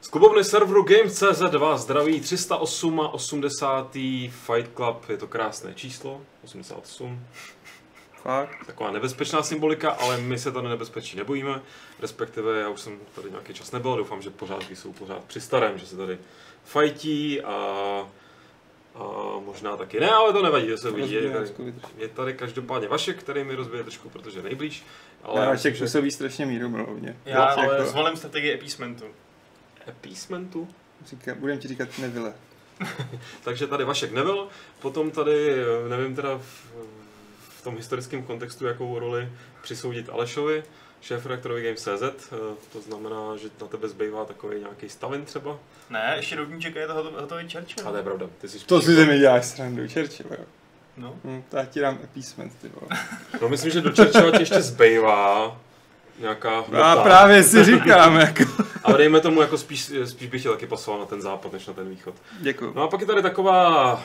Z klubovny serveru Games.cz vás zdraví 380. Fight Club, je to krásné číslo, 88. Fakt? Taková nebezpečná symbolika, ale my se tady nebezpečí nebojíme, respektive já už jsem tady nějaký čas nebyl, doufám, že pořádky jsou pořád při starém, že se tady fajtí a možná taky ne, ale to nevadí, to se uvidí. Je tady každopádně Vašek, který mi rozbije trošku, protože je nejblíž. Ale Vašek působí strašně mírumilovně. Já ale zvolím strategii appeasementu. Appeasementu? Budem ti říkat Neville. Takže tady Vašek Neville, potom tady, nevím teda v tom historickém kontextu, jakou roli přisoudit Alešovi, šéfredaktorovi Games.cz, to znamená, že na tebe zbývá takový nějaký Stalin třeba? Ne, ještě rovníček je to hotový Churchill. A to je pravda. To si ze mě děláš srandu, Churchill, jo. No. To já ti dám appeasement, ty vole. No myslím, že do Churchilla ti ještě zbývá nějaká hmota. A právě si říkám, jako. Ale dejme tomu, jako spíš bych tě taky pasoval na ten západ, než na ten východ. Děkuju. No a pak je tady taková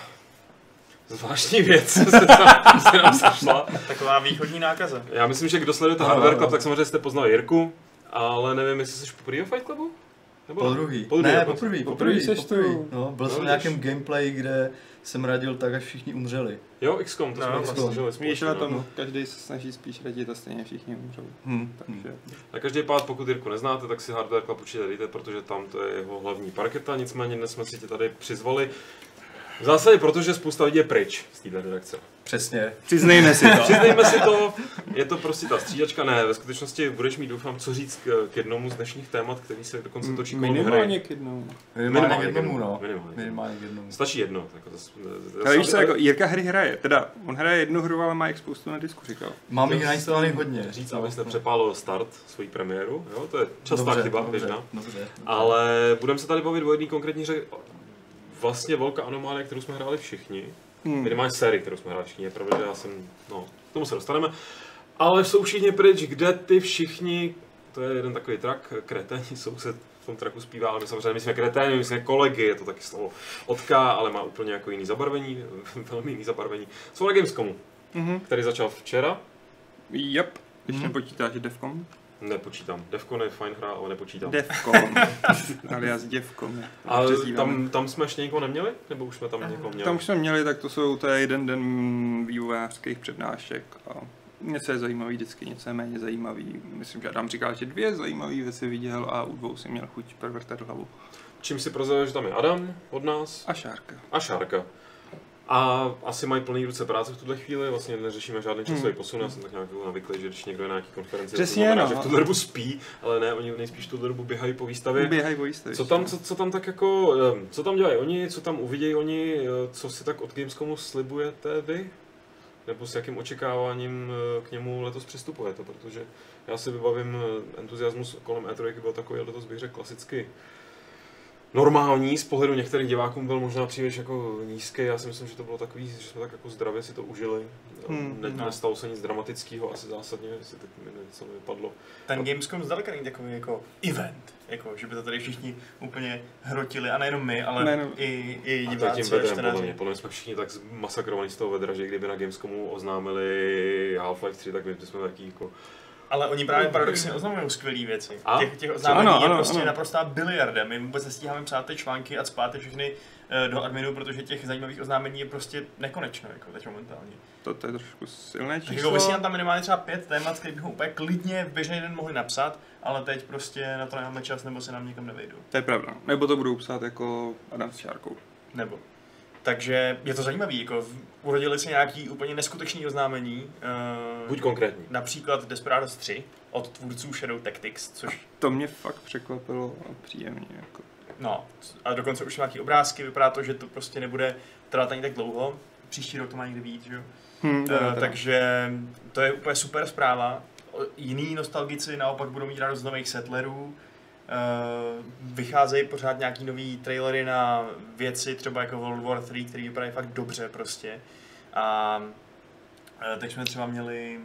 zvláštní věc, se nám sešla. Taková východní nákaza. Já myslím, že kdo sledujete Hardware Club, tak samozřejmě jste poznali Jirku, ale nevím, jestli jsi poprvé v Fight Clubu? Po druhý. Poprvý seš tu. No, byl jsem v nějakém gameplay, kde jsem radil tak, až všichni umřeli. Jo, XCOM, to jsme vlastně snažili společně. Na tom, každý se snaží spíš radit a stejně všichni umřou. Takže. Na každý pád, pokud Jirku neznáte, tak si Hardware Club určitě dejte, protože tam to je jeho hlavní parketa, nicméně dnes jsme si tě tady přizvali. V zásadě protože spousta lidí je pryč z této redakce. Přesně. Přiznejme si to. Přiznejme si to, je to prostě ta střídačka, ne, ve skutečnosti budeš mít, doufám, co říct k jednomu z dnešních témat, který se dokonce točí kolem hry. Minimálně k jednomu. Minimálně k jednomu. Stačí jedno. Ale víš co, jako Jirka hry hraje, teda on hraje jednu hru, ale má jich spoustu na disku, říkal. Mám jich nainstalovaných hodně. Říct, abyste přepálil start, svoji premiéru, jo, to je častá chyba, běžná. Dobře. Ale budeme se tady bavit o jedné konkrétní hře, vlastně velká anomálie, kterou jsme hráli všichni. Minimálně sérii, kterou jsme hráli všichni, je pravda, že já jsem, no, k tomu se dostaneme. Ale jsou všichni pryč, kde ty všichni, to je jeden takový track, kreténi soused v tom tracku zpívá, ale my samozřejmě my jsme kreténi, my jsme kolegy, je to taky slovo odka, ale má úplně jako jiný zabarvení, velmi jiný zabarvení. Jsou na Gamescomu, který začal včera. Yep, když nepočítáš Devcom. Nepočítám. Devcon je fajn hra, ale nepočítám. Devcom, alias Devcom. Ale tam jsme ještě někoho neměli? Nebo už jsme tam někoho měli? Tam už jsme měli, tak to je jeden den vývojářských přednášek a něco je zajímavý vždycky, něco je méně zajímavý. Myslím, že Adam říkal, že 2 zajímavý věci viděl a u 2 si měl chuť provrtat hlavu. Čím si prozradil, že tam je Adam od nás? A Šárka. A asi mají plný ruce práce v tuhle chvíli, vlastně neřešíme žádný časový posun, já jsem tak nějak navyklý, že když někdo je na nějaký konferenci, přesně, to znamená, že v tuhle dobu spí, ale ne, oni nejspíš v tuhle dobu běhají po výstavě. Co tam tak jako, co tam dělají oni, co tam uvidějí oni, co si tak od Gamescomu slibujete vy? Nebo s jakým očekáváním k němu letos přistupujete, protože já si vybavím entuziasmus kolem E3 byl takový letos bych řekl klasicky normální, z pohledu některých diváků byl možná příliš jako nízký, já si myslím, že to bylo takový, že jsme tak jako zdravě si to užili. Nestalo se nic dramatického, asi zásadně, jestli teď mi něco nevypadlo. Ten Gamescom zdaleka není takový jako event, jako, že by to tady všichni úplně hrotili, a nejenom my, ale i diváci. Podle mě jsme všichni tak masakrovaní z toho vedra, že kdyby na Gamescomu oznámili Half-Life 3, tak my jsme taky jako... Ale oni právě paradoxně oznamují skvělé věci. Těch oznámení je prostě naprostá biliarda. My vůbec nestíháme psát ty články a cpát všechny do adminu, protože těch zajímavých oznámení je prostě nekonečno, jako teď momentálně. To je trošku silné číslo. Jako vysílám tam minimálně třeba 5 témat, které bychom úplně klidně v běžný den mohli napsat, ale teď prostě na to nemáme čas, nebo se nám někam nevejdou. To je pravda. Nebo to budou psát jako Adam s Šárkou. Nebo. Takže je to zajímavé, jako urodili se nějaký úplně neskutečný oznámení. Buď konkrétní. Například Desperados 3 od tvůrců Shadow Tactics, což... To mě fakt překvapilo a příjemně. Jako. No, a dokonce už nějaký obrázky, vypadá to, že to prostě nebude trvat ani tak dlouho. Příští rok to má někdy víc, že jo? Takže to je úplně super zpráva. Jiný nostalgici naopak budou mít radost z nových settlerů. Vycházejí pořád nějaký nový trailery na věci, třeba jako World War 3, který vypadají fakt dobře prostě. A teď jsme třeba měli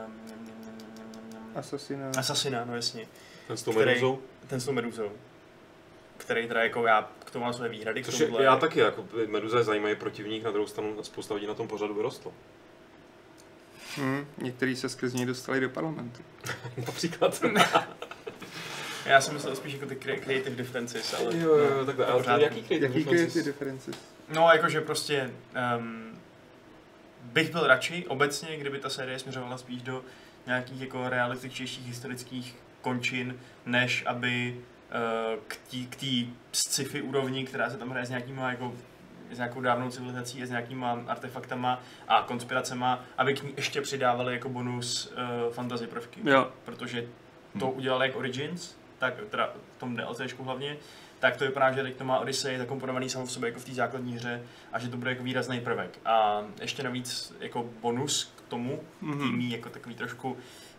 Assassina, no jasně. Ten s tou meduzou? Ten s tou meduzou. Který teda jako já k tomu mám své výhrady. Což já taky, jako meduza je zajímavý protivník, na druhou stranu spousta lidí na tom pořadu vyrostlo. Někteří se skrz něj dostali do parlamentu. Například. Já jsem myslel spíš jako ty creative differences, ale... Jo, takhle, ale jaký creative differences? No, jakože prostě... bych byl radši obecně, kdyby ta série směřovala spíš do nějakých jako realističtějších historických končin, než aby k té sci-fi úrovni, která se tam hraje s nějakýma jako s nějakou dávnou civilizací a s nějakýma artefaktama a konspiracema, aby k ní ještě přidávali jako bonus fantasy prvky. Jo. Protože to udělali jak Origins, tak teda v tom DLCčku hlavně, tak to vypadá, že teď to má Odyssey zakomponovaný samo v sobě jako v té základní hře a že to bude jako výrazný prvek. A ještě navíc jako bonus k tomu, tými jako takový trošku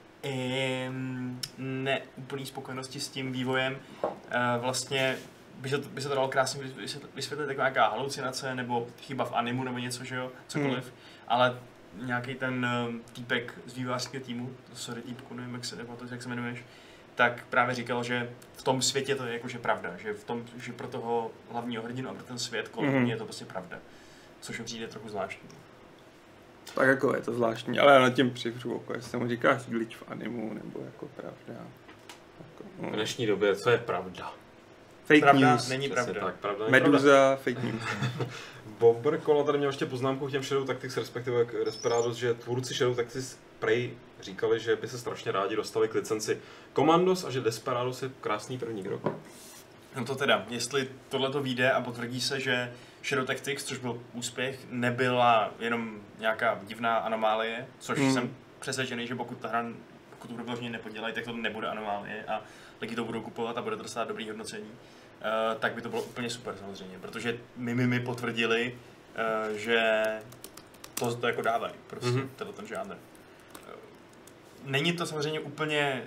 neúplný spokojenosti s tím vývojem, vlastně by se to dalo krásně vysvětlit jako nějaká halucinace nebo chyba v animu nebo něco, že jo, cokoliv, ale nějaký ten týpek z vývojářského týmu, sorry týpku, nevím jak se jmenuješ, tak právě říkal, že v tom světě to je jakože pravda, že pro toho hlavního hrdinu a pro ten svět kolem je to prostě pravda, což mi přijde trochu zvláštní. Tak jako je to zvláštní, ale já nad tím přivřu oko, jestli mu říkáš glitch v animu nebo jako pravda. Jako, v dnešní době, co je pravda? Fake pravda news. Není pravda. Tak, pravda není Meduza, fake news. Bobber Kola tady měl ještě poznámku k těm Shadow Tactics, respektive k Desperados, že tvůrci Shadow Tactics prej říkali, že by se strašně rádi dostali k licenci Commandos a že Desperados je krásný první krok. No to teda, jestli tohle to vyjde a potvrdí se, že Shadow Tactics, což byl úspěch, nebyla jenom nějaká divná anomálie, což jsem přesvědčený, že pokud ta hra, pokud to vyloženě nepodělají, tak to nebude anomálie a lidi to budou kupovat a bude to dostat dobrý hodnocení, tak by to bylo úplně super samozřejmě, protože my potvrdili, že to jako dávají, prostě ten žánr. Není to samozřejmě úplně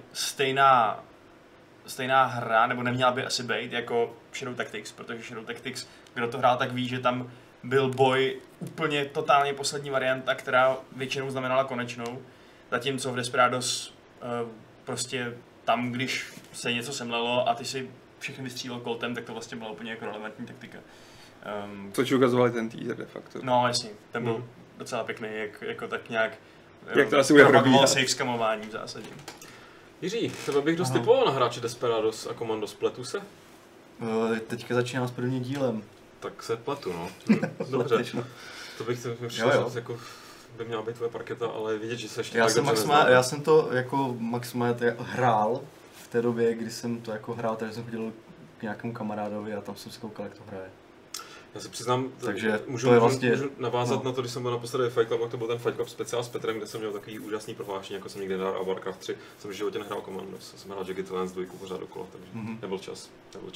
stejná hra, nebo neměla by asi být jako Shadow Tactics, protože Shadow Tactics, kdo to hrál, tak ví, že tam byl boj úplně totálně poslední varianta, která většinou znamenala konečnou, zatímco v Desperados prostě tam, když se něco semlelo a ty si všechny vystřílel koltem, tak to vlastně byla úplně jako relevantní taktika. Což ukazovali ten teaser de facto. No jasně, ten byl docela pěkný, jako tak nějak jak to asi bude probíhat. safe skamování v zásadě. Jiří, tebe bych dost typoval na hráče Desperados a Commandos, pletu se? Teďka začínám s prvním dílem. Tak se pletu, no. Dobře. To bych přišel, že jako by měla být tvoje parketa, ale vidět, že se ještě já jsem to jako maximálně hrál v té době, kdy jsem to jako hrál, takže jsem chodil k nějakému kamarádovi a tam jsem si koukal, jak to hraje. Já se přiznám, takže můžu navázat na to, když jsem byl naposledy Fight Club, to byl ten Fight Club speciál s Petrem, kde jsem měl takový úžasný prohlášení, jako jsem nikdy nehrál a Warcraft 3, jsem v životě nehrál Commandos, jsem hrál Jagged Alliance 2 pořád dokola, takže nebyl čas.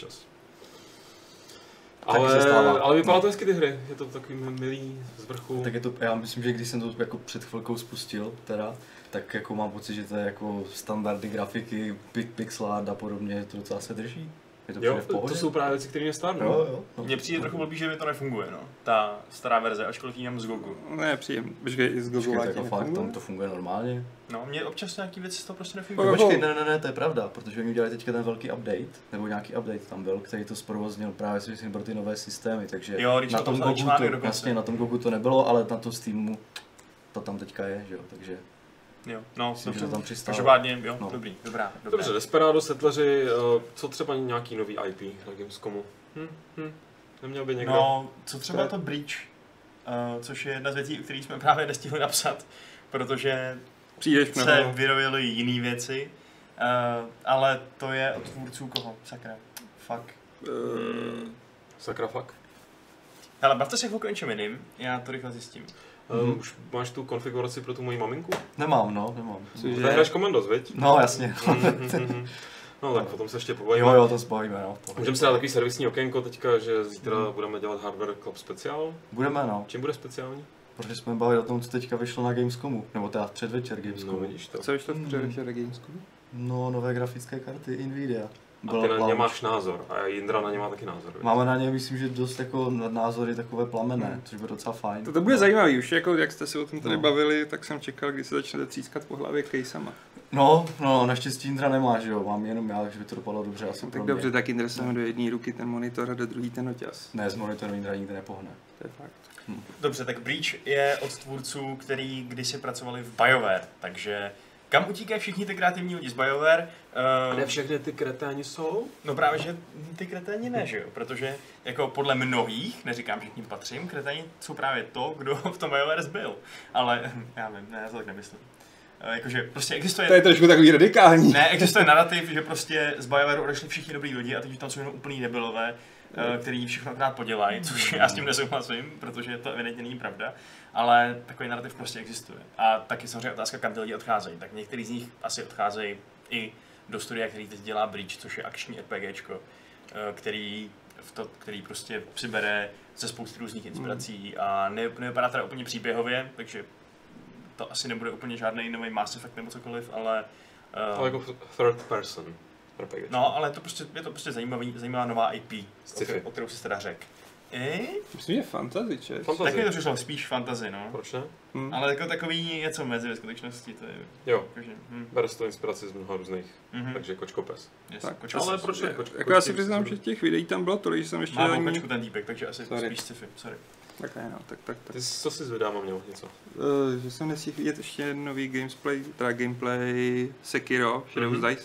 Ale vypadá to hezky ty hry, je to takový milý z vrchu. Tak je to, já myslím, že když jsem to jako před chvilkou spustil teda, tak jako mám pocit, že to je jako standardy grafiky, pixel art a podobně, to docela se drží. Jo, to jsou právě věci, které mě stárnou. Jo. Mně přijde trochu blbý, že mi to nefunguje, no. Ta stará verze, ačkoliv ji mám z GOGu. Ne, příjem. Počkej, i z GOGu jako fakt, tam to funguje normálně. No, mně občas nějaký věci z toho prostě nefungují. Počkej, ne, to je pravda, protože oni udělali teďka ten velký update, nebo nějaký update tam byl, který to zprovoznil právě si pro ty nové systémy, takže jo, na tom GOGu to, jasně, na tom GOGu to nebylo, ale na tom Steamu to tam teďka je, že jo, takže... Jo, no, myslím, že to tam přistálo. Každopádně, jo, no. Dobrá. Dobře, Desperado, Settleri, co třeba nějaký nový IP na Gamescomu? Neměl by někdo? No, co třeba to Breach, což je jedna z věcí, o kterých jsme právě nestihli napsat, protože se vyrojily jiné věci, ale to je od tvůrců koho? Sakra. Fuck. Sakra fuck? Hele, bavte se chvilku něčem jiným, já to rychle zjistím. Už máš tu konfiguraci pro tu moji maminku? Nemám. Hraješ Commandos, viď? No, jasně. No tak potom se ještě pobavíme. Jo, to zbavíme, no. Můžeme si dát takový servisní okénko teďka, že zítra budeme dělat Hardware Club speciál. Budeme, no. Čím bude speciální? Protože jsme bavili o tom, co teďka vyšlo na Gamescomu, nebo teda předvečer Gamescomu. No, vidíš to. Co vyšlo v předvečer na Gamescomu? No, nové grafické karty Nvidia. A ty na ně máš názor a Jindra na ně má taky názor. Máme na ně, myslím, že dost jako názory takové plamenné, což bude docela fajn. To bude zajímavý, už jako jak jste se o tom tady bavili, tak jsem čekal, kdy se začnete třískat po hlavě kejsama. No, naštěstí Jindra nemá, že jo, mám jenom já, takže by to dopadlo dobře asi tak dobře, tak Jindra se do jedné ruky ten monitor a do druhé ten oťas. Ne, z monitoru Jindra nikdy nepohne. To je fakt. Dobře, tak Breach je od tvůrců, který kdysi pracovali v BioWare, takže kam utíkají všichni ty kreativní lidi z BioWare? A ne všechny ty kreténi jsou? No právě, že ty kreténi ne, že jo? Protože jako podle mnohých, neříkám, že k ním patřím, kreténi jsou právě to, kdo v tom BioWare zbyl. Ale já vím, ne, já to tak nemyslím. Jakože prostě existuje... To je trošku takový radikální. Ne, existuje narrativ, že prostě z BioWare odešli všichni dobrý lidi a teď tam jsou jenom úplný debilové, který všechno akorát podělají, což já s tím nesouhlasím, protože to evidentně není pravda, ale takový narrativ prostě existuje. A taky samozřejmě otázka, kam ty lidi odcházejí. Tak některý z nich asi odcházejí i do studia, který teď dělá Breach, což je akční RPGčko, který prostě přibere ze spousty různých inspirací a nevypadá teda úplně příběhově, takže to asi nebude úplně žádný nový Mass Effect nebo cokoliv, ale jako third person RPG. No, ale je to prostě zajímavá nová IP, o kterou si teda řekl. Myslím, že fantasy, čes. Tak mi to přišlo spíš fantasy, no. Proč ne? Ale jako takový něco mezi ve skutečnosti, to je... Jo, bere to inspiraci z mnoha různých, takže kočkopes. Yes, ale proč ne? Jako já si přiznám, že těch videí tam bylo tolik, že jsem ještě... Mám kočku ten týpek, takže asi spíš sci-fi, sorry. Tak ne, no, tak. Ty co si zvedá, mám měl něco? Že jsem nestihl vidět ještě nový gameplay Sekiro, Shadows Die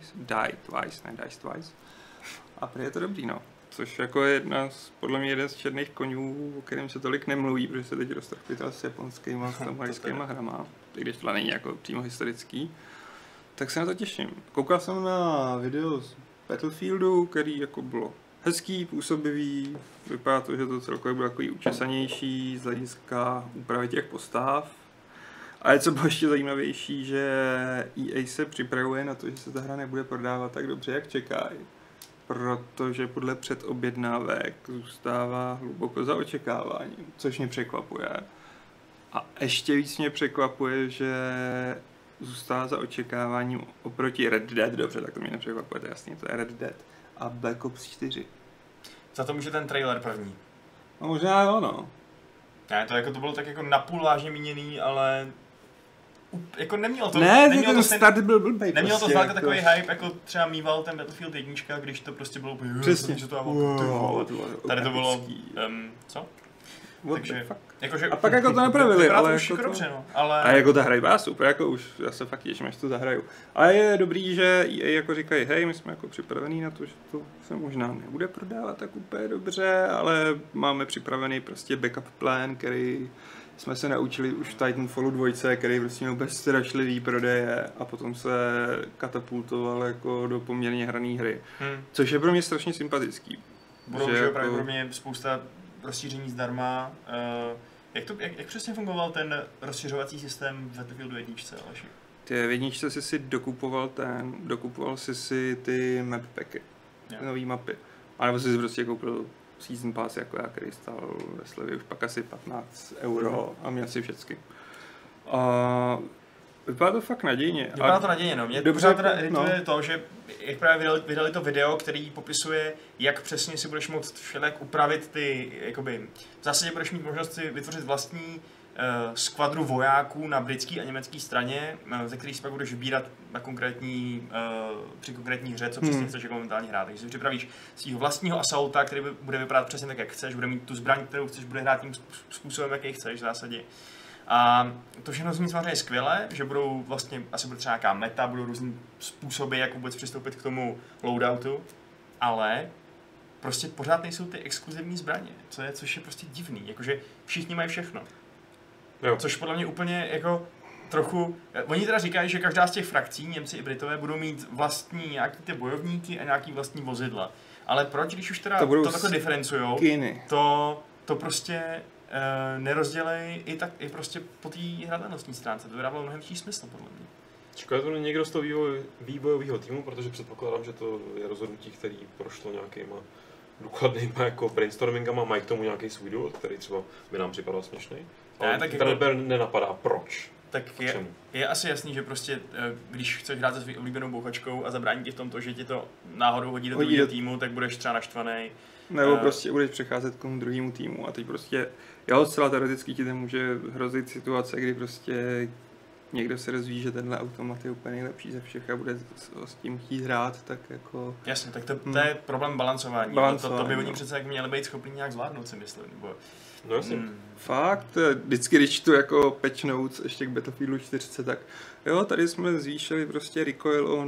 Twice. A prý je to dobrý, no. Což jako je podle mě jeden z černých koňů, o kterém se tolik nemluví, protože se teď roztrpěl s japonskýma, s americkýma hrama, i když to není jako přímo historický. Tak se na to těším. Koukal jsem na video z Battlefieldu, který jako bylo hezký, působivý, vypadá to, že to celkově bylo takový učesanější z hlediska úpravy těch postav. Ale co bylo ještě zajímavější, že EA se připravuje na to, že se ta hra nebude prodávat tak dobře, jak čekají. Protože podle předobjednávek zůstává hluboko za očekáváním, což mě překvapuje. A ještě víc mě překvapuje, že zůstává za očekáváním oproti Red Dead, dobře, tak to mě nepřekvapuje, to je jasný, to je Red Dead, a Black Ops 4. Za to může ten trailer první. No možná jo, no. Ne, to bylo tak jako napůl vážně míněný, ale jako nemělo to... Ten start byl blbej. Nemělo to zdaleka takový hype, jako třeba mýval ten Battlefield 1, když to prostě bylo úplně... Přesně. Tady to bylo... co? Takže, jakože, a pak jako to napravili, ale jako dobře, no, ale... A jako ta hra byla super, jako už já se fakt těším, až to zahraju. A je dobrý, že EA jako říkají, hej, my jsme jako připravení na to, že to se možná nebude prodávat tak úplně dobře, ale máme připravený prostě backup plán, který jsme se naučili už v Titanfallu 2, který prostě měl bezstrašlivý prodeje a potom se katapultoval jako do poměrně hraný hry. Což je pro mě strašně sympatický. Budou že jako... pro mě spousta rozšíření zdarma. Jak přesně fungoval ten rozšiřovací systém v Battlefieldu 1, Aleši? Ty v 1 si dokupoval si ty map packy, nový mapy. A nebo jsi prostě koupil Season Pass jako já, který stál ve slevě už pak asi 15 € a měl si všechny. A vypadá to fakt nadějně. Vypadá to nadějně, no. Mě pořád teda irituje to, že jak právě vydali to video, který popisuje, jak přesně si budeš moct všelijak upravit ty, jakoby, v zásadě budeš mít možnost si vytvořit vlastní skvadru vojáků na britské a německé straně, ze kterých si pak budeš vybírat na při konkrétní hře, co přesně chceš jako momentálně hrát. Takže si připravíš svého vlastního assaulta, který bude vypadat přesně tak, jak chceš, bude mít tu zbraň, kterou chceš, bude hrát tím způsobem, jaký chceš v zásadě. A to všechno zní samozřejmě skvěle, že budou vlastně, asi bude třeba nějaká meta, budou různý způsoby, jak vůbec přistoupit k tomu loadoutu, ale prostě pořád nejsou ty exkluzivní zbraně, což je prostě divný, jakože všichni mají všechno. Jo. Což podle mě úplně jako trochu, oni teda říkají, že každá z těch frakcí, Němci i Britové, budou mít vlastní nějaký ty bojovníky a nějaký vlastní vozidla. Ale proč, když už teda to takhle diferencujou, to prostě nerozdělej i prostě po té hradelnostní stránce. To by dávalo mnohem větší smysl, podle mě. Čeká to někdo z toho vývojového týmu, protože předpokládám, že to je rozhodnutí, který prošlo nějakýma důkladnýma jako brainstormingama, mají k tomu nějaký svůj důvod, který třeba by nám připadal směšný. Ale jako, nenapadá proč. Tak je asi jasný, že prostě, když chceš hrát se svou oblíbenou bouchačkou a zabrání ti v tom to, že ti to náhodou hodí do druhého týmu, tak budeš třeba naštvaný. Nebo prostě budeš přecházet k tomu druhému týmu a teď prostě, jo, zcela teoreticky ti tam může hrozit situace, kdy prostě někdo se rozvíjí, že tenhle automat je úplně nejlepší ze všech a bude s tím chtít hrát, tak jako... Jasně, tak to je problém balancování. To by oni přece jak měli být schopni nějak zvládnout, si myslím. Nebo... No jasně. Fakt, vždycky, když tu jako patch notes ještě k Battlefieldu 40, tak jo, tady jsme zvýšili prostě recoil o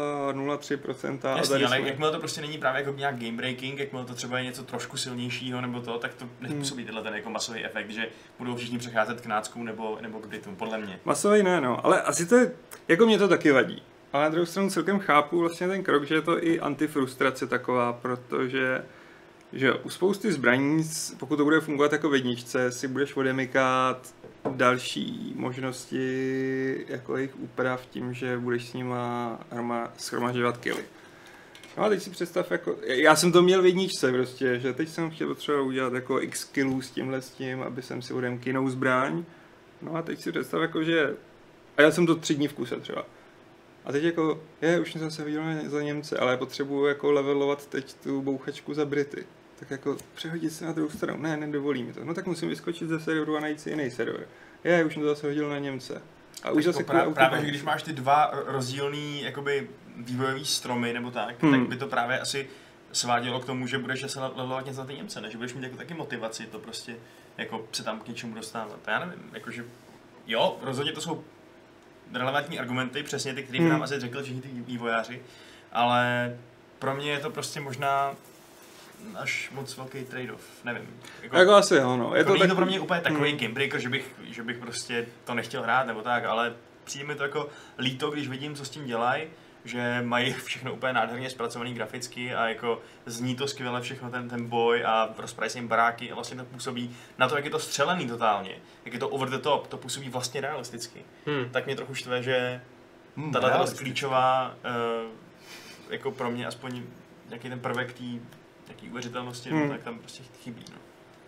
0,03%. Jasně, ale jsme... jakmile to prostě není právě jako nějak game breaking, jakmile to třeba je něco trošku silnějšího nebo to, tak to nepůsobí tenhle ten jako masový efekt, že budou všichni přecházet k náckům nebo k bitům, podle mě. Masový ne, no, ale asi to je, jako mě to taky vadí. Ale na druhou stranu celkem chápu vlastně ten krok, že je to i antifrustrace taková, protože že u spousty zbraní, pokud to bude fungovat jako v jedničce, si budeš odemykat další možnosti jako jejich úprav tím, že budeš s nima shromažďovat killy. No a teď si představ, jako, já jsem to měl v jedničce prostě, že teď jsem chtěl třeba udělat jako x killů s tím, aby jsem si odemkl jinou zbraň. No a teď si představ, jako, že, a já jsem to 3 dny v kuse třeba. A teď jako, už jsem se viděl za Němce, ale potřebuji jako levelovat teď tu bouchačku za Brity. Tak jako přehodit se na druhou stranu, ne, nedovolí mi to. No tak musím vyskočit ze serveru a najít si jiný server. Už jsem to zase hodil na Němce. A už zase právě, že když máš ty dva rozdílný jakoby vývojový stromy nebo tak by to právě asi svádělo k tomu, že budeš se levelovat něco na ty Němce, ne? Že budeš mít jako taky motivaci to prostě jako se tam k něčemu dostávat. Já nevím, jakože jo, rozhodně to jsou relevantní argumenty, přesně ty, které nám asi řekl všichni ty vývojáři, ale pro mě je to prostě možná až moc velký trade-off, nevím. Jako asi jo, no. Není to pro mě úplně takový gamebreaker, že bych prostě to nechtěl hrát nebo tak, ale přijde mi to jako líto, když vidím, co s tím dělají, že mají všechno úplně nádherně zpracovaný graficky a jako zní to skvěle všechno ten boj a rozpadají se jim baráky a vlastně to působí na to, jak je to střelený totálně, jak je to over the top, to působí vlastně realisticky. Tak mě trochu štve, že tato klíčová, jako pro mě aspoň nějaký ten prvek nějaký uvěřitelnosti, tak tam prostě chybí. No.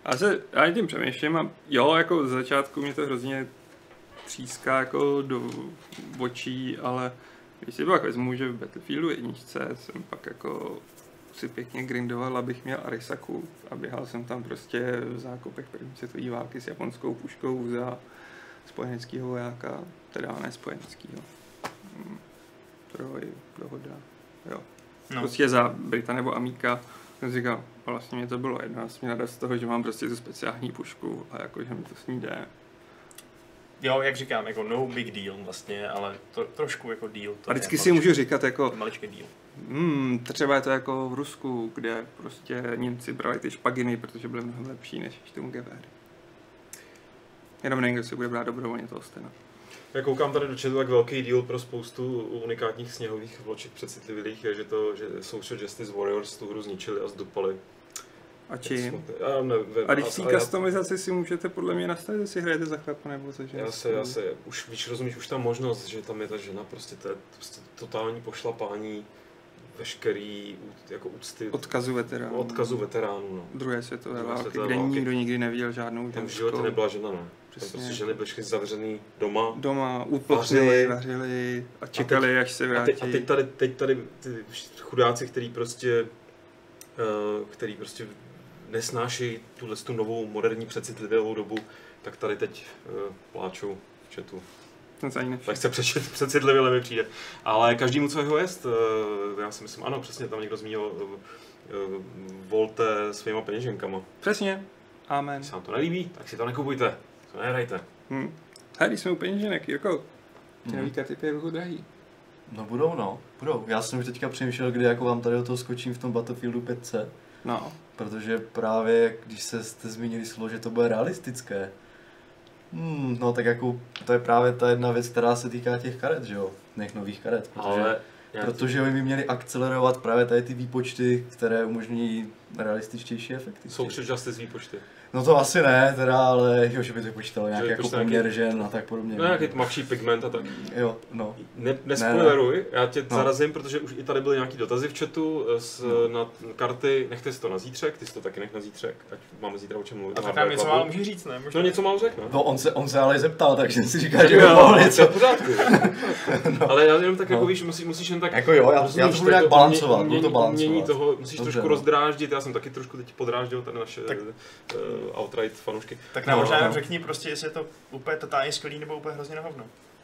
Já tím přemýšlím a jo, jako z začátku mě to hrozně tříská jako do očí, ale když si pak vezmu, že v Battlefieldu 1 jsem pak jako si pěkně grindoval, abych měl Arisaku a běhal jsem tam prostě v zákopech první světové války s japonskou puškou za spojeneckého vojáka, teda ne spojeneckého. Dohoda, jo. No. Prostě za Brita nebo Amíka. Jsem říkal, vlastně mě to bylo jedno, já jsem měl radost z toho, že mám prostě tu speciální pušku a jako, že mi to s ní jde. Jo, jak říkám, jako no big deal vlastně, ale to trošku jako deal. A vždycky si můžu říkat jako... Maličký deal. Třeba je to jako v Rusku, kde prostě Němci brali ty špaginy, protože byly mnohem lepší než tomu gevéry. Jenom nevím, kdo si bude brát dobrovolně toho Stena. Já koukám tady do chatu, tak velký deal pro spoustu unikátních sněhových vloček přecitlivých je, že Social Justice Warriors tu hru zničili a zdupali. A čím? A když si customizaci si můžete podle mě nastavit, jestli hrajete za chlapa nebo za ženskou. Já se, už víš, rozumíš, už ta možnost, že tam je ta žena, prostě to je prostě totální pošlapání veškerý jako úcty. Odkazu veteránů. No. Druhé světové války, kde nikdo nikdy neviděl žádnou tam v životě nebyla žena, no. Tam prostě ženy byly všechny zavřený doma, uplachli, vařili a čekali, až se vrátí. A teď tady ty chudáci, který prostě nesnáší tu novou moderní přecitlivou dobu, tak tady teď pláčou v chatu. Tak se přecitlivě mi přijde. Ale každému, co jeho jest, já si myslím, ano, přesně tam někdo zmínil, volte svýma peněženkama. Přesně. Amen. Když se vám to nelíbí, tak si to nekupujte, to nehrajte. Hej, když jsme u peněženek, Jirko, ty nový karty budou drahý. No budou. Já jsem už teďka přemýšlel, kdy jako vám tady o toho skočím v tom Battlefieldu 5. No. Protože právě, když jste zmínili slovo, že to bude realistické, no tak jako to je právě ta jedna věc, která se týká těch karet, že jo, těch nových karet, protože oni by měli akcelerovat právě tady ty výpočty, které umožní realističtější efekty. Jsou Justice výpočty? No to asi ne, teda, ale jo, že by to vypočítalo nějaký jako poměr žen a tak podobně. No nějaký tmavší pigment a tak. Jo, no. Nespoileruj, já tě zarazím, protože už i tady byly nějaký dotazy v chatu na karty, nechte si to na zítřek, ty si to taky nech na zítřek, ať máme zítra o čem mluvit. A tak nám něco málo může říct, ne? No něco málo řekne. No on se ale zeptal, takže si říká, že by mohl něco. V pořádku. Ale já jenom tak jako víš, musíš jen tak... Jako jo, já to budu nějak balancovat, musíš trošku rozdráždit, já jsem taky trošku teď podráždil tady naše outright fanoušky. Tak nám možná řekni prostě, jestli je to úplně totálně skvělý nebo úplně hrozně na hovno.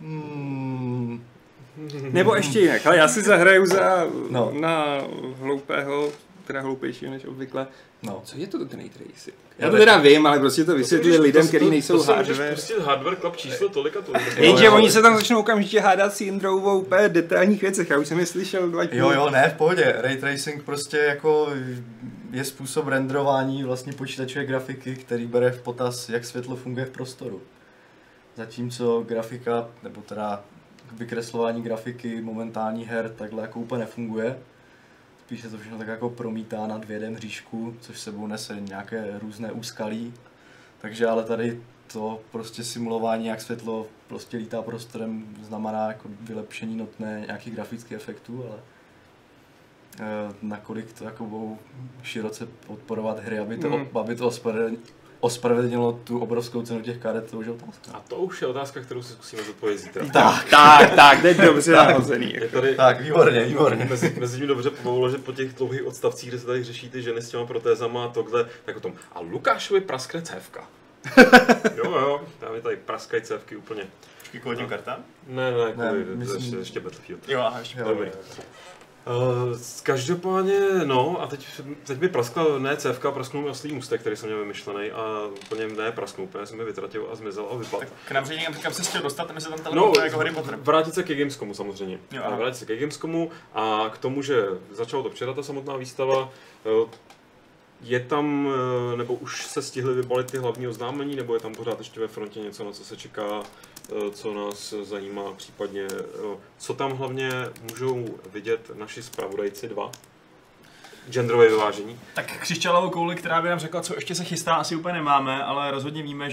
Nebo ještě jinak, ale já si zahraju na hloupého, teda hloupějšího než obvykle. No. Co je to ten ray tracing? Já to teda vím, ale prostě to vysvětlili lidem, kteří nejsou hardware. To pustit hardware club číslo tolika to. Jenže oni se tam začnou okamžitě hádat s Jindrou o úplně detailních věcech, já už jsem je slyšel 2 dny. Jo, ne, v pohodě. Ray tracing prostě jako je způsob renderování vlastně počítačové grafiky, který bere v potaz, jak světlo funguje v prostoru. Zatímco grafika, nebo teda vykreslování grafiky momentální her takhle jako úplně nefunguje. Spíš se to všechno tak jako promítá na 2D mřížku, což sebou nese nějaké různé úskalí. Takže ale tady to prostě simulování, jak světlo prostě lítá prostorem, znamená jako vylepšení nutné nějakých grafických efektů, ale nakolik to jako budou široce podporovat hry, aby to ospravedlnilo tu obrovskou cenu těch karet, to už je otázka. A to už je otázka, kterou si zkusíme zodpovědět zítra. Tak, teď dobře nahozený. Tak, výborně. Mezi tím dobře pobavilo, že po těch dlouhých odstavcích, kde se tady řeší ty ženy s těma protézama a tohle, tak o tom. A Lukášovi praskne cévka. Jo, tam je tady praskají cévky úplně. Kvůli těm kartám? Ne, ještě Battlefield. Jo, aha, ještě dobrý. Každopádně, no a teď mi praskla, ne cévka, prasknul mi oslý můstek, který jsem měl vymyšlený a úplně ne prasknul, úplně jsem mi vytratil a zmizel a vypadl. Tak k nám řekni, kam se chtěl dostat, my se tam teleportuje jako Harry Potter. Vrátit se ke Gamescomu samozřejmě. Vrátit se ke Gamescomu a k tomu, že začalo to včera ta samotná výstava, je tam, nebo už se stihly vybalit ty hlavní oznámení, nebo je tam pořád ještě ve frontě něco, na co se čeká, co nás zajímá, případně co tam hlavně můžou vidět naši zpravodajci 2? Genderové vyvážení. Tak křišťálovou kouli, která by nám řekla, co ještě se chystá, asi úplně nemáme, ale rozhodně víme,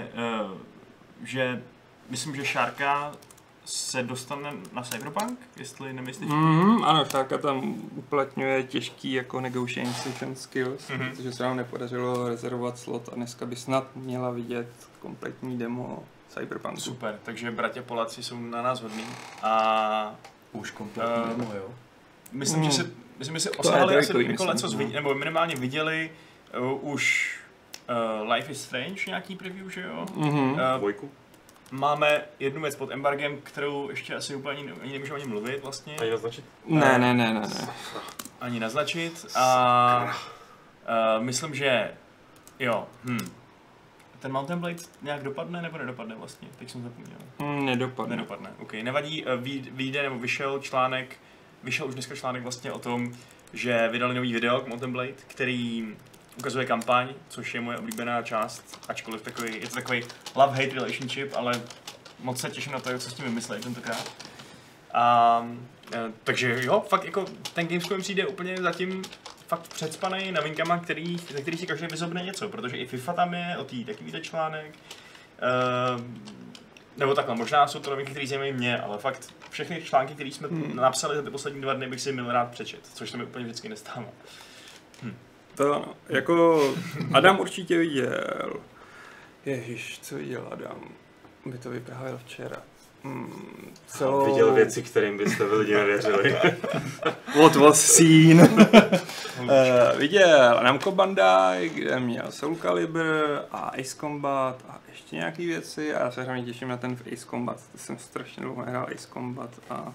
že myslím, že Šárka se dostane na Cyberpunk, jestli nemyslíš? Ano, Šárka tam uplatňuje těžký jako negotiation skills, protože se nám nepodařilo rezervovat slot a dneska by snad měla vidět kompletní demo Cyberpunku. Super, takže bratě Poláci jsou na nás hodní a už kompletní demo, jo? Myslím, že si osahali asi jako lecos, nebo minimálně viděli už Life is Strange, nějaký preview, že jo? Dvojku. Máme jednu věc pod embargem, kterou ještě asi úplně ani nemůžeme ani mluvit vlastně. Ani naznačit? Ne. Ani naznačit a myslím, že jo, ten Mountain Blade nějak dopadne nebo nedopadne vlastně? Teď jsem zapomněl. Nedopadne, ok. Nevadí, vyjde nebo vyšel už dneska článek vlastně o tom, že vydali nový video k Mountain Blade, který ukazuje kampaň, což je moje oblíbená část, ačkoliv je to takový love-hate relationship, ale moc se těším na to, co s tím vymyslejí tentokrát. Takže jo, fakt jako ten Gamescom přijde úplně zatím fakt předspanej novinkama, ze kterých si každý vyzobne něco, protože i FIFA tam je, o tý taky víte článek. Nebo takhle, možná jsou to novinky, které zajímají mě, ale fakt všechny články, které jsme napsali za ty poslední 2 dny, bych si měl rád přečet, což se mi úplně vždycky nestává. To ano, jako Adam určitě viděl. Ježiš, co viděl Adam? By to vyprávěl včera. Viděl věci, kterým byste vy lidi nevěřili. What was seen? Viděl Namco Bandai, kde měl Soul Calibur a Ace Combat a ještě nějaký věci a já se hlavně těším na ten Ace Combat. To jsem strašně dlouho nehrál Ace Combat a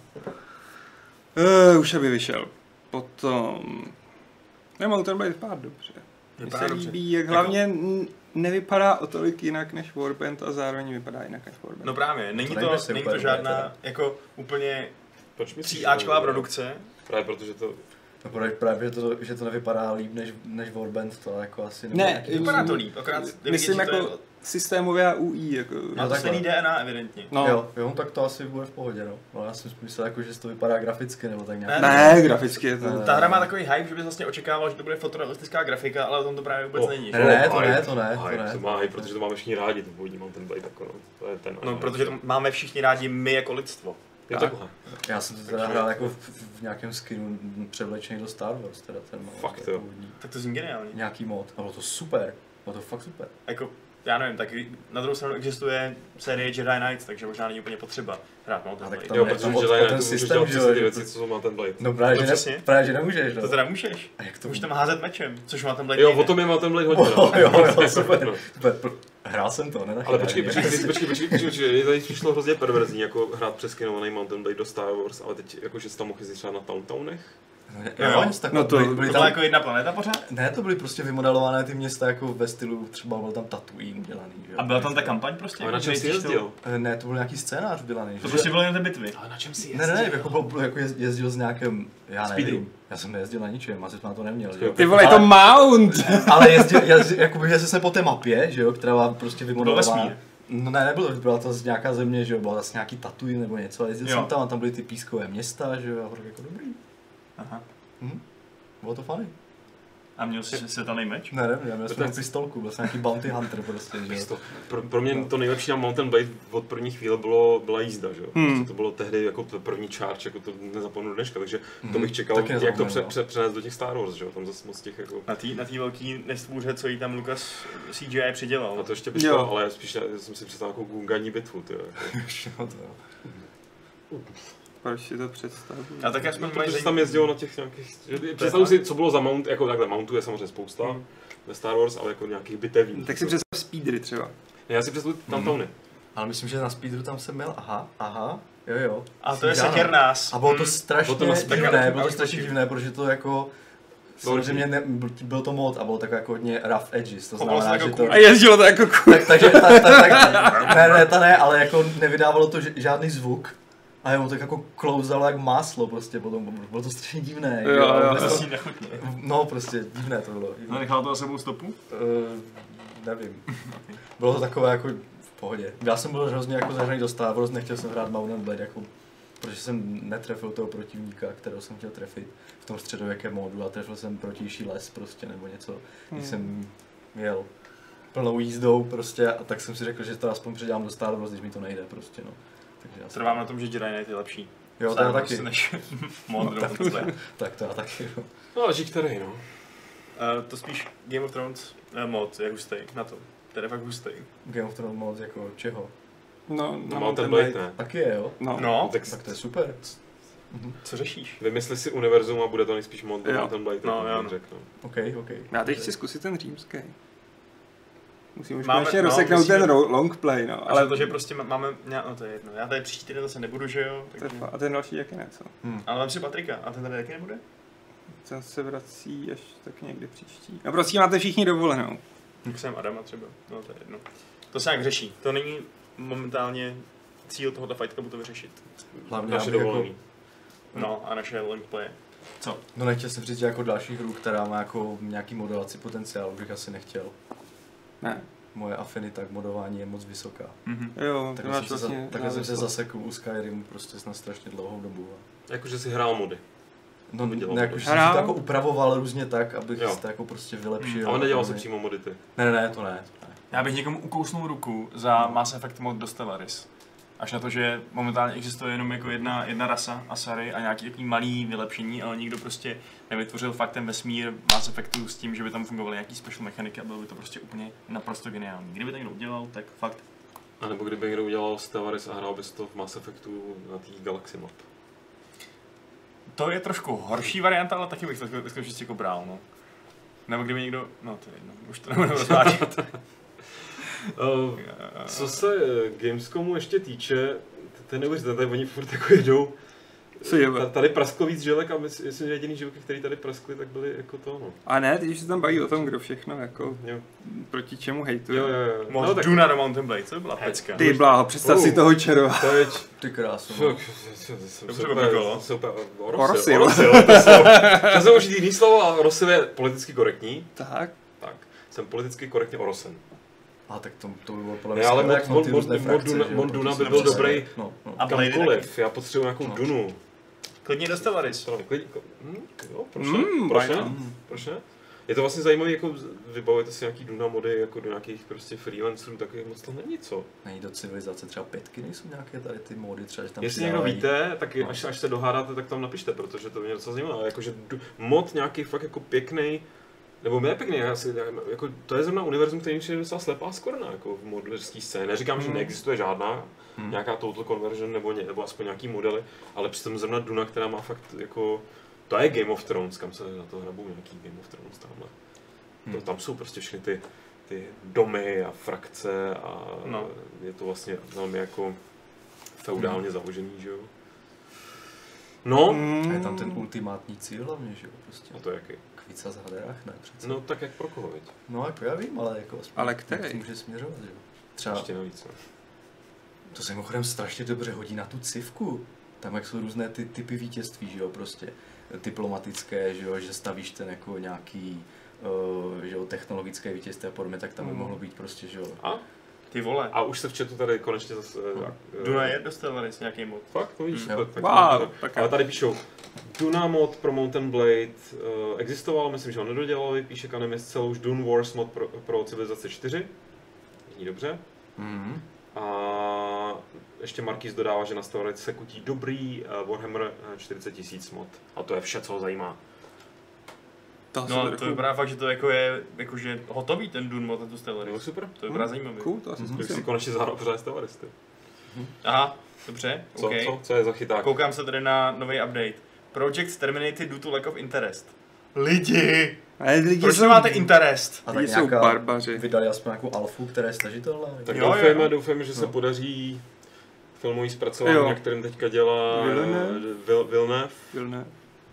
už aby vyšel. Potom Mountain Blade vypadá dobře. Mně se líbí, jak hlavně nevypadá o tolik jinak než Warband a zároveň vypadá jinak než Warband. No právě, není to žádná jako úplně 3Ačková produkce. Právě protože to... No právě, že to nevypadá líp než Warband, to jako asi ne, vypadá to líp, akorát myslím jako systémově a UI, jako... Má to stejný DNA evidentně. No. Jo, tak to asi bude v pohodě, no. No já jsem myslel, jako, že to vypadá graficky, nebo tak nějak. Ne, graficky je to... Ta hra má takový hype, že bys vlastně očekával, že to bude fotorealistická grafika, ale o tom to právě vůbec není. To ne. To má hype, protože to máme všichni rádi, to původní Mountain Blade, jako no. To je ten... No, protože to máme všichni rádi my jako lidstvo. Je takhle. Já jsem to teda hrál jako v nějakém skinu převlečený do Star Wars, teda ten fakt jo. Tak to zní geniálně. Nějaký mod, a bylo to super, bylo to fakt super. Jako já nevím, tak na druhou stranu existuje série Jedi Knight, takže možná není úplně potřeba hrát Mountain Blade. Jo, protože Jedi Knight můžeš dělat přesně ty věci, co jsou Mountain Blade. No právě, že nemůžeš, no. To teda můžeš. A jak to můžeš tam házet mečem, což Mountain Blade jo, o tom je Mountain Blade hodně. Jo, super. Hrál jsem to, ne? Ale počkej, je tady přišlo hrozně perverzní, jako hrát přeskinovaný Mountain Blade do Star Wars, ale teď jakože se tam mohl jezdit třeba na Towntownech. No to byly tam jako jedna planeta pořád? Ne, to byly prostě vymodelované ty města jako ve stylu, třeba byl tam Tatooine udělaný. A byla tam ta kampaň prostě? A na čem jsi jezdil? Ne, to byl nějaký scénář udělaný. To prostě byly jen ty bitvy. Ale na čem jsi jezdil? Ne, jako jezdil s nějakým, já nevím. Já jsem nejezdil na ničem, asi na to neměl. Ty vole, je to Mount! Ale jezdil jsem po té mapě, že jo, která byla prostě vymodelovaná. No ne, byla to z nějaká země, že jo, byla zase nějaký Tatooine nebo něco, a jezdil jsem tam a tam byly ty pískové města, že jo, a jako dobrý. Aha. Bylo to funny. A měl jsi světelný meč? Ne, já měl jsem pistolku, byl jsem nějaký bounty hunter prostě, že jo. Pro mě to nejlepší na Mountain Blade od první chvíle byla jízda, že jo. To bylo tehdy jako první charge, jako to nezapomenu dneška, takže to bych čekal, jak to přenést do těch Star Wars, že jo. Tam zase moc těch jako... Na té velký nestvůře, co jí tam Lucas CGI předělal. A to ještě bych ale spíš jsem si představil jako gunganí bitvu, ty jo. Proč si to představuji? A tak aspoň protože jsi tam jezdil na těch nějakých... Představuji si, co bylo za mount, jako takhle mountů je samozřejmě spousta ve Star Wars, ale jako nějakých bitevních. Tak si představ speedry třeba. Já si představuji Towntowny. Ale myslím, že na speedru tam jsem měl, aha, jo. A to je Setěrnás. A bylo to strašně divné, protože to jako... Samozřejmě byl to mod a bylo takové jako hodně rough edges, to znamená, že to... A jezdilo to jako cool. Takže ne, ale jako nevydávalo to žádný zvuk. A jo, tak jako klouzalo jak máslo prostě potom, bylo to strašně divné. Jo. Nechutně. No prostě divné to bylo. No nechal to za sebou stopu? Nevím. Bylo to takové jako v pohodě. Já jsem byl hrozně jako zařaný do Star Wars, nechtěl jsem hrát Mountain Blade, jako, protože jsem netrefil toho protivníka, kterého jsem chtěl trefit v tom středověkém módu a trefil jsem protější les prostě nebo něco, když jsem jel plnou jízdou prostě a tak jsem si řekl, že to aspoň předělám do Star Wars, když mi to nejde prostě no. Trvám na tom, že Jedi Knight je lepší. Jo, to já taky. Než Mod. Tak to já taky, no. No, žij který, no. To spíš Game of Thrones mod je hustý na to. To je fakt hustý. Game of Thrones mod jako čeho? No Mountain Blade ne. Taky je, jo? No. Tak to je super. Co řešíš? Vymysli si univerzum a bude to nejspíš mod do Mountain Blade. No. OK. Já teď chci zkusit ten římský. Musím už konečně rozseknout ten long play, no. Ale to, že prostě máme, no to je jedno, já tady příští týden zase nebudu, že jo? Takže... A ten další taky ne, co? Ale mám si Patrika, a ten tady taky nebude? Ten se vrací až tak někdy příští. No prostě máte všichni dovolenou. Tak jsem Adama třeba, no to je jedno. To se nějak řeší, to není momentálně cíl tohoto Fight Clubu to vyřešit. Hlavně naše dovolený. Jako... No a naše long play. Co? No nechtěl jsem říct jako další hru, která má jako nějaký modelaci potenciál, bych asi nechtěl. Ne. Moje afinita k modování je moc vysoká. Jo, takhle jsem se zasekl u Skyrim prostě na strašně dlouhou dobu. Jakože si hrál mody. No, jakože jsem si to jako upravoval různě tak, abych to jako prostě vylepšil. Ale nedělal jsem přímo mody ty. Ne, to ne. Já bych někomu ukousnul ruku za Mass Effect mod do Stellaris. Až na to, že momentálně existuje jenom jako jedna rasa Asari a nějaký takový malý vylepšení, ale nikdo prostě nevytvořil fakt ten vesmír Mass Effectu s tím, že by tam fungovaly nějaký special mechaniky a bylo by to prostě úplně naprosto geniální. Kdyby to někdo udělal, tak fakt. A nebo kdyby někdo udělal Stellaris a hrál bys to v Mass Effectu na té Galaxy map. To je trošku horší varianta, ale taky bych to vždycky jako bral, no. Nebo kdyby někdo, no to je jedno, už to nebudu rozvádět. Co se Gamescomu ještě týče, to je neuvěřitelné, tady oni furt jako jedou. Tady prasklo víc želek a myslím, že jediný žilky, které tady praskly, tak byly jako to, no. A ne, teď se tam baví o tom, kdo všechno jako proti čemu hejtuje. Jo. No, tak Duna do Mountain Blade, co byla pecka. Ty bláho, představ si toho červa. Ty krásno. Super. Rosil. To jsou už jiný slovo, ale Rosil je politicky korektní. Tak. Jsem politicky korektně orosen. A tak to by bylo podle mě ale mod Duna by byl dobrý kamkoliv, já potřebuji nějakou Dunu. Klidně do Stellaris. Jo, proč ne? Je to vlastně zajímavé, jako vybavujete si nějaký Duna mody jako do nějakých prostě freelancerů, taky moc to není co. Není do civilizace třeba 5 nejsou nějaké tady ty mody třeba, že tam jestli někdo víte, tak až se dohádáte, tak tam napište, protože to mě docela zajímá, jakože mod nějaký fakt jako pěkný, Nebo mě je pěkný, jako, to je zrovna univerzum, který je docela slepá skvrna jako v modelerské scéně. Neříkám, že neexistuje žádná nějaká total conversion nebo aspoň nějaký modely, ale přitom zrovna Duna, která má fakt jako, to je Game of Thrones, kam se na to hrabou nějaký Game of Thrones tamhle. Tam jsou prostě všechny ty domy a frakce a je to vlastně velmi jako feudálně založený, že jo. No. A je tam ten ultimátní cíl hlavně, že jo, prostě. A to jaký? Kvíca z haderách, ne přece. No tak jak pro koho, viď? No jako já vím, ale jako ale který? Může směřovat, že jo. Třeba ještě navíc, ne? To se mimochodem strašně dobře hodí na tu civku. Tam jak jsou různé ty typy vítězství, že jo, prostě diplomatické, že jo, že stavíš ten jako nějaký že jo, technologické vítězství a podobně, tak tam by mohlo být prostě, že jo. A? Ty vole. A už se v chatu tady konečně zase... Duna je dostal nějaký mod. Fakt? To víš? Wow, ale tady píšou, Duna mod pro Mount & Blade existoval, myslím, že ho nedodělali, píše Kanemist celou už Dune Wars mod pro Civilizace 4. Zní dobře. A ještě Marquis dodává, že nastavili se kutí dobrý Warhammer 40 000 mod. A to je vše, co ho zajímá. No to vypadá fakt, že to jako je jakože hotový ten Dune mod na tu Stellaris. No super. To vypadá zajímavý. Cool, to asi zkusím. Si konečně zahrál pořád Stellaristy. Aha, dobře, okay. Co je za chyták? Koukám se tady na nový update. Project terminated due to lack of interest. Lidi! Proč nemáte interest? A tak jsou barbaři. Vydali aspoň nějakou alfu, která je stažitelná. Tak doufejme, že se podaří filmový zpracování, na kterém teďka dělá Villeneuve.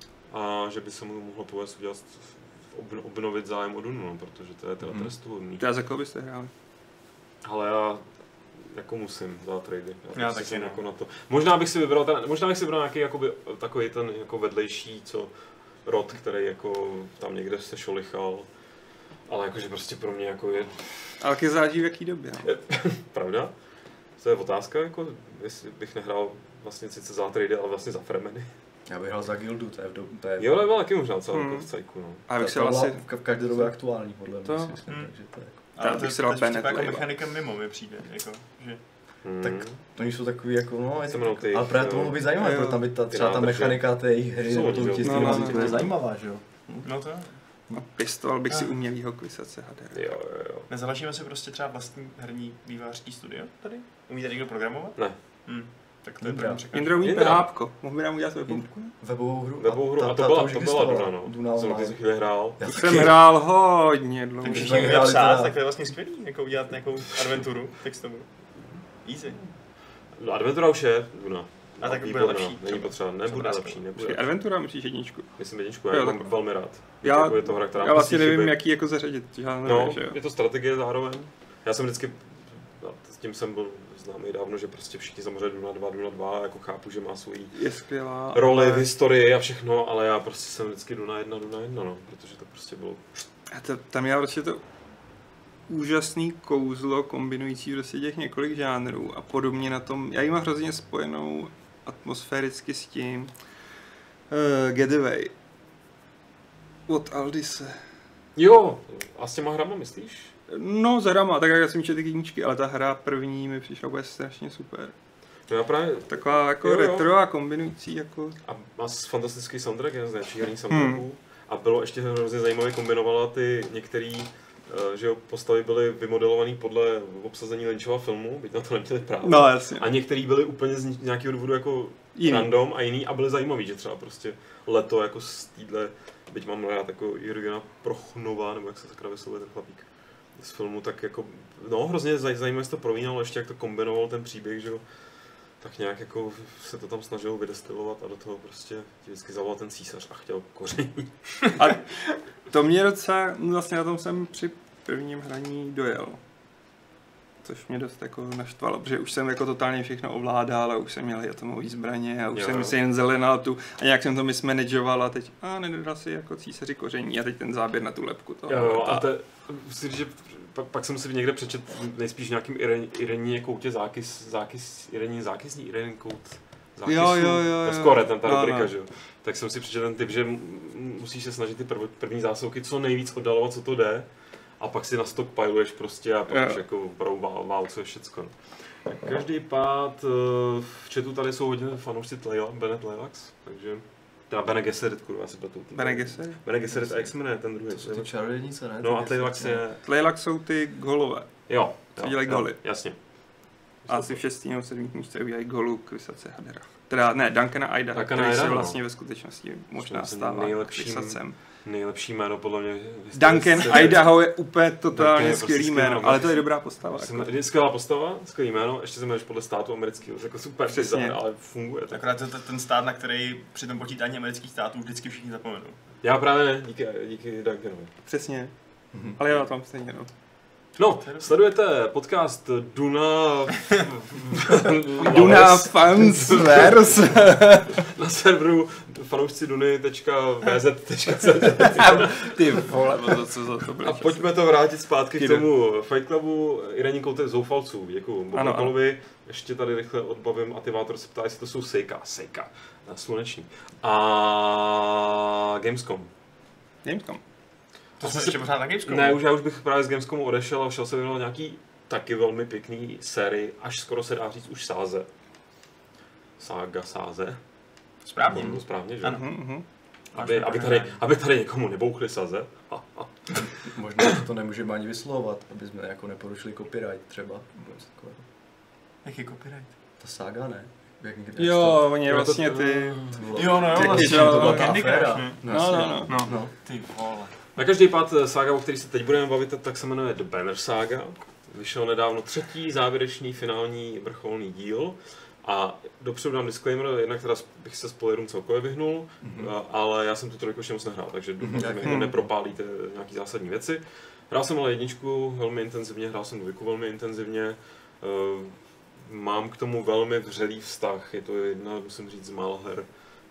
A že by se mu mohlo povést udělat obnovit zájem o Dunu, protože to je teda trestuhodný. Já za koho byste hráli? Ale já jako musím za trady. Já taky jako na to. Možná bych si vybral nějaký jakoby, takový ten jako vedlejší, rod, který jako tam někde se šolichal. Ale jakože prostě pro mě jako je... Ale taky záleží v jaký době. Pravda? To je otázka, jako, jestli bych nehrál vlastně sice za trady, ale vlastně za Fremeny. Já bych hrál za Guildu, to je... Jo, ale byl taky možná celý jako v cajku, no. A bych se vlastně... v každé době aktuální, podle mě, takže to je jako... Ale to bych se dal Bennett jako mechanika mimo mi přijde, jako, že... Tak to jsou takový jako, no, ale právě to mohlo být zajímavé, protože tam by třeba ta mechanika té jejich hry, nebo to vítězství, to je zajímavá, že jo? No to je. A pistoval bych si umělýho kvisace hader. Jo. Nezaložíme si prostě třeba vlastní herní vývojářský studio tady? Umíte někdo programovat? Ne. Tak to je první překážka. Jindra umí PHPko. Mohl by nám udělat webovku? Webovou hru. A to byla Duna, no. Jsem chvíli hrál. Já jsem hrál hodně dlouho. Takže když někdo psát, tak to je vlastně skvělý, jako udělat nějakou adventuru textovou. Easy. No adventura už je Duna. A tak bude lepší. Není potřeba, nebude lepší. Adventura myslíš jedničku? Myslím jedničku, já mám velmi rád. Já vlastně nevím, jak ji jako zařadit. No, je to strategie zároveň. Já jsem vždycky, s tím jsem byl známý dávno, že prostě všichni samozřejmě Duna 2, jako chápu, že má svoji roli v historii a všechno, ale já prostě jsem vždycky Duna 1, no, protože to prostě bylo... A tam já prostě to úžasný kouzlo kombinující prostě těch několik žánrů a podobně na tom, já ji mám hrozně spojenou atmosféricky s tím Getaway od Aldise. Jo, a s těma hrama myslíš? No, s hrama, tak jak já jsem četl ty knížky, ale ta hra první mi přišla bude strašně super. No já právě... Taková jako retro a kombinující jako... A má fantastický soundtrack, jeden z nejlepších herních soundtracků. A bylo ještě hrozně zajímavě kombinovala ty některý že jo, postavy byly vymodelované podle obsazení Lynchova filmu, byť na to neměli právo. No, jasně. A některý byly úplně z nějakého důvodu jako random a jiný a byly zajímavý, že třeba prostě Leto jako z týhle, byť mám rád jako Jurgena Prochnova, nebo jak se sakra vyslovuje ten chlapík z filmu, tak jako, no hrozně zajímavě se to prolínalo, ještě jak to kombinoval ten příběh, že jo. Tak nějak jako se to tam snažil vydestilovat a do toho prostě vždycky zavolal ten císař a chtěl koření. A to mě docela, vlastně na tom jsem při prvním hraní dojel. Což mě dost jako naštvalo, protože už jsem jako totálně všechno ovládal a už jsem měl atomový zbraně a už jsem si jen zelenal tu a nějak jsem to mismanageoval a teď nedodal si jako císaři koření a teď ten záběr na tu lebku toho. Jo, a musím říct, že pak jsem si někde přečet nejspíš nějakým Ireně koutě Ireně zákysní kout zákysu. Jo. Skoro ta rubrika, že jo. Tak jsem si přečetl ten tip, že musíš se snažit ty první zásilky co nejvíc oddalovat, co to jde. A pak si na stok piluješ prostě a pak už jako opravdu válcuješ všecko. Každý pád v chatu tady jsou hodně fanoušci Bennett Leilax, takže Teda Bene Gesserit, kurva, se pletou. Bene Gesserit? Bene Gesserit a jak se jmenuje ten druhý? To jsou ty čarodějnice, ne? No a Tleilax je... Tleilax jsou ty golové. Jo. Co dělají goly. Jasně. A asi v 6. nebo 7. místě udělají golu k Vysace Hadera. Teda ne, Duncana Aidara, který se vlastně ve skutečnosti možná stává Vysacem. Nejlepší jméno podle mě. Duncan Idaho je úplně totálně skvělý jméno, ale to je dobrá postava. Skvělá postava, skvělý jméno, ještě se jmenuješ podle státu amerického, jako super design, ale funguje to. Akorát ten stát, na který při tom počítání amerických států vždycky všichni zapomenou. Já právě ne, díky Duncanovi. Přesně, ale já tam stejně no. No, sledujete podcast Duna Fansverse na serveru fanoušciduny.vz.cz. Ty vole, co za to bude. A pojďme to vrátit zpátky k tomu Fight Clubu. Irení Kouty zoufalců, děkuju Bobakolovi. Ještě tady rychle odbavím, Ativátor se ptá, jestli to jsou Seika, sluneční. A Gamescom. To jsme ještě pořád na Gamescomu. Ne, já už bych právě z Gamescomu odešel a šel se věnovat nějaký taky velmi pěkný sérii, až skoro se dá říct už sáze. Sáze. Správně. To správně, že? Ano. Aby tady někomu nebouchli saze. Možná to nemůžeme ani vyslovovat, aby jsme jako neporušili copyright třeba. Jaký copyright? Ta sága, ne? Jo, oni vlastně ty... Jo, no, vlastně to byla Candy Crush. No. Ty vole. Na každý pád sága, o který se teď budeme bavit, tak se jmenuje The Banner Saga. Vyšel nedávno 3. závěrečný finální vrcholný díl. A dopředu dám disclaimer, jednak teda bych se spoilerům celkově vyhnul, ale já jsem tu trojku ještě moc nehrál, takže doufám, že mi nepropálíte nějaký zásadní věci. Hrál jsem ale 1 velmi intenzivně, hrál jsem 2 velmi intenzivně. Mám k tomu velmi vřelý vztah, je to jedna, musím říct, z mála her.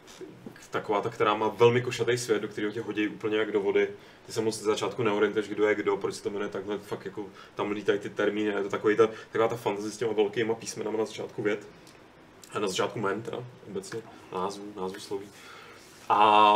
Taková ta, která má velmi košatý svět, do kterého tě hodí úplně jak do vody. Ty se moc z začátku neorientuješ, kdo je kdo, proč se to jmenuje takhle, fakt jako tam lítají ty termíny, je to taková ta fantasy s těma velkýma písmenama na začátku vět. A na začátku jmen teda, obecně, názvu sloví. A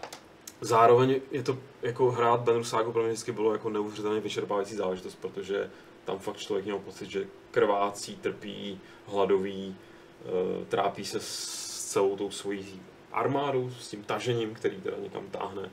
zároveň je to, jako hrát Banner Sagu pro mě vždycky bylo jako neuvěřitelně vyčerpávající záležitost, protože tam fakt člověk měl pocit, že krvácí, trpí, hladoví, trápí se s celou tou svojí armádou, s tím tažením, který teda někam táhne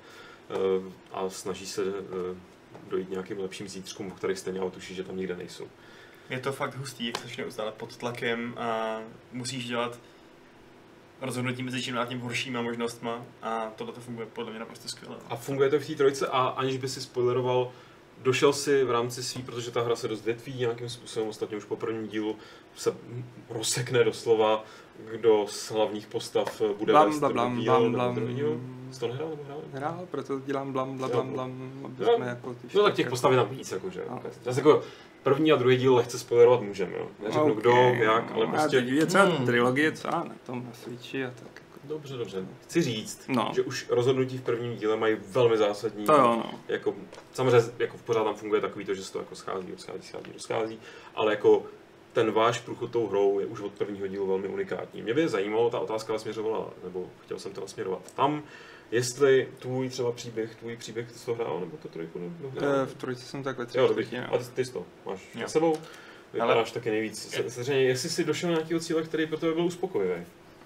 a snaží se dojít nějakým lepším zítřkům, o kterých stejně ale tuší, že tam nikde nejsou. Je to fakt hustý, jak seš neustále pod tlakem a musíš dělat rozhodnutí mezi čím a tím horšíma možnostma a tohle to funguje podle mě naprosto skvěle. A funguje to v té trojce a aniž by si spoileroval, došel si v rámci svý, protože ta hra se dost větví nějakým způsobem, ostatně už po prvním dílu se rozsekne doslova, kdo z hlavních postav bude vést první díl nebo druhý díl. Jsi to nehrál nebo hrál? Hrál, proto dělám blam, aby jsme jako ty... No tak těch postav je tam víc, jakože. Zase jako první a druhý díl lehce spoilerovat můžeme, jo. Neřeknu kdo, jak, ale prostě... Je třeba trilogie, co na tom na Switchi a tak. Dobře. Chci říct, že už rozhodnutí v prvním díle mají velmi zásadní. Jako, samozřejmě jako pořád tam funguje takový to, že se to jako schází, ale jako ten váš průchod tou hrou je už od prvního dílu velmi unikátní. Mě by zajímalo, ta otázka směřovala, nebo chtěl jsem to nasměrovat tam, jestli tvůj příběh ty jsi to hrál, nebo to trojku nehrál? V trojce jsem tak ve třetí. Jo, dobrý. A ty jsi to máš za sebou? Vypadáš taky nejvíc. Jestli jsi došel na nějakého cíle, který pro tebe byl uspokojivý?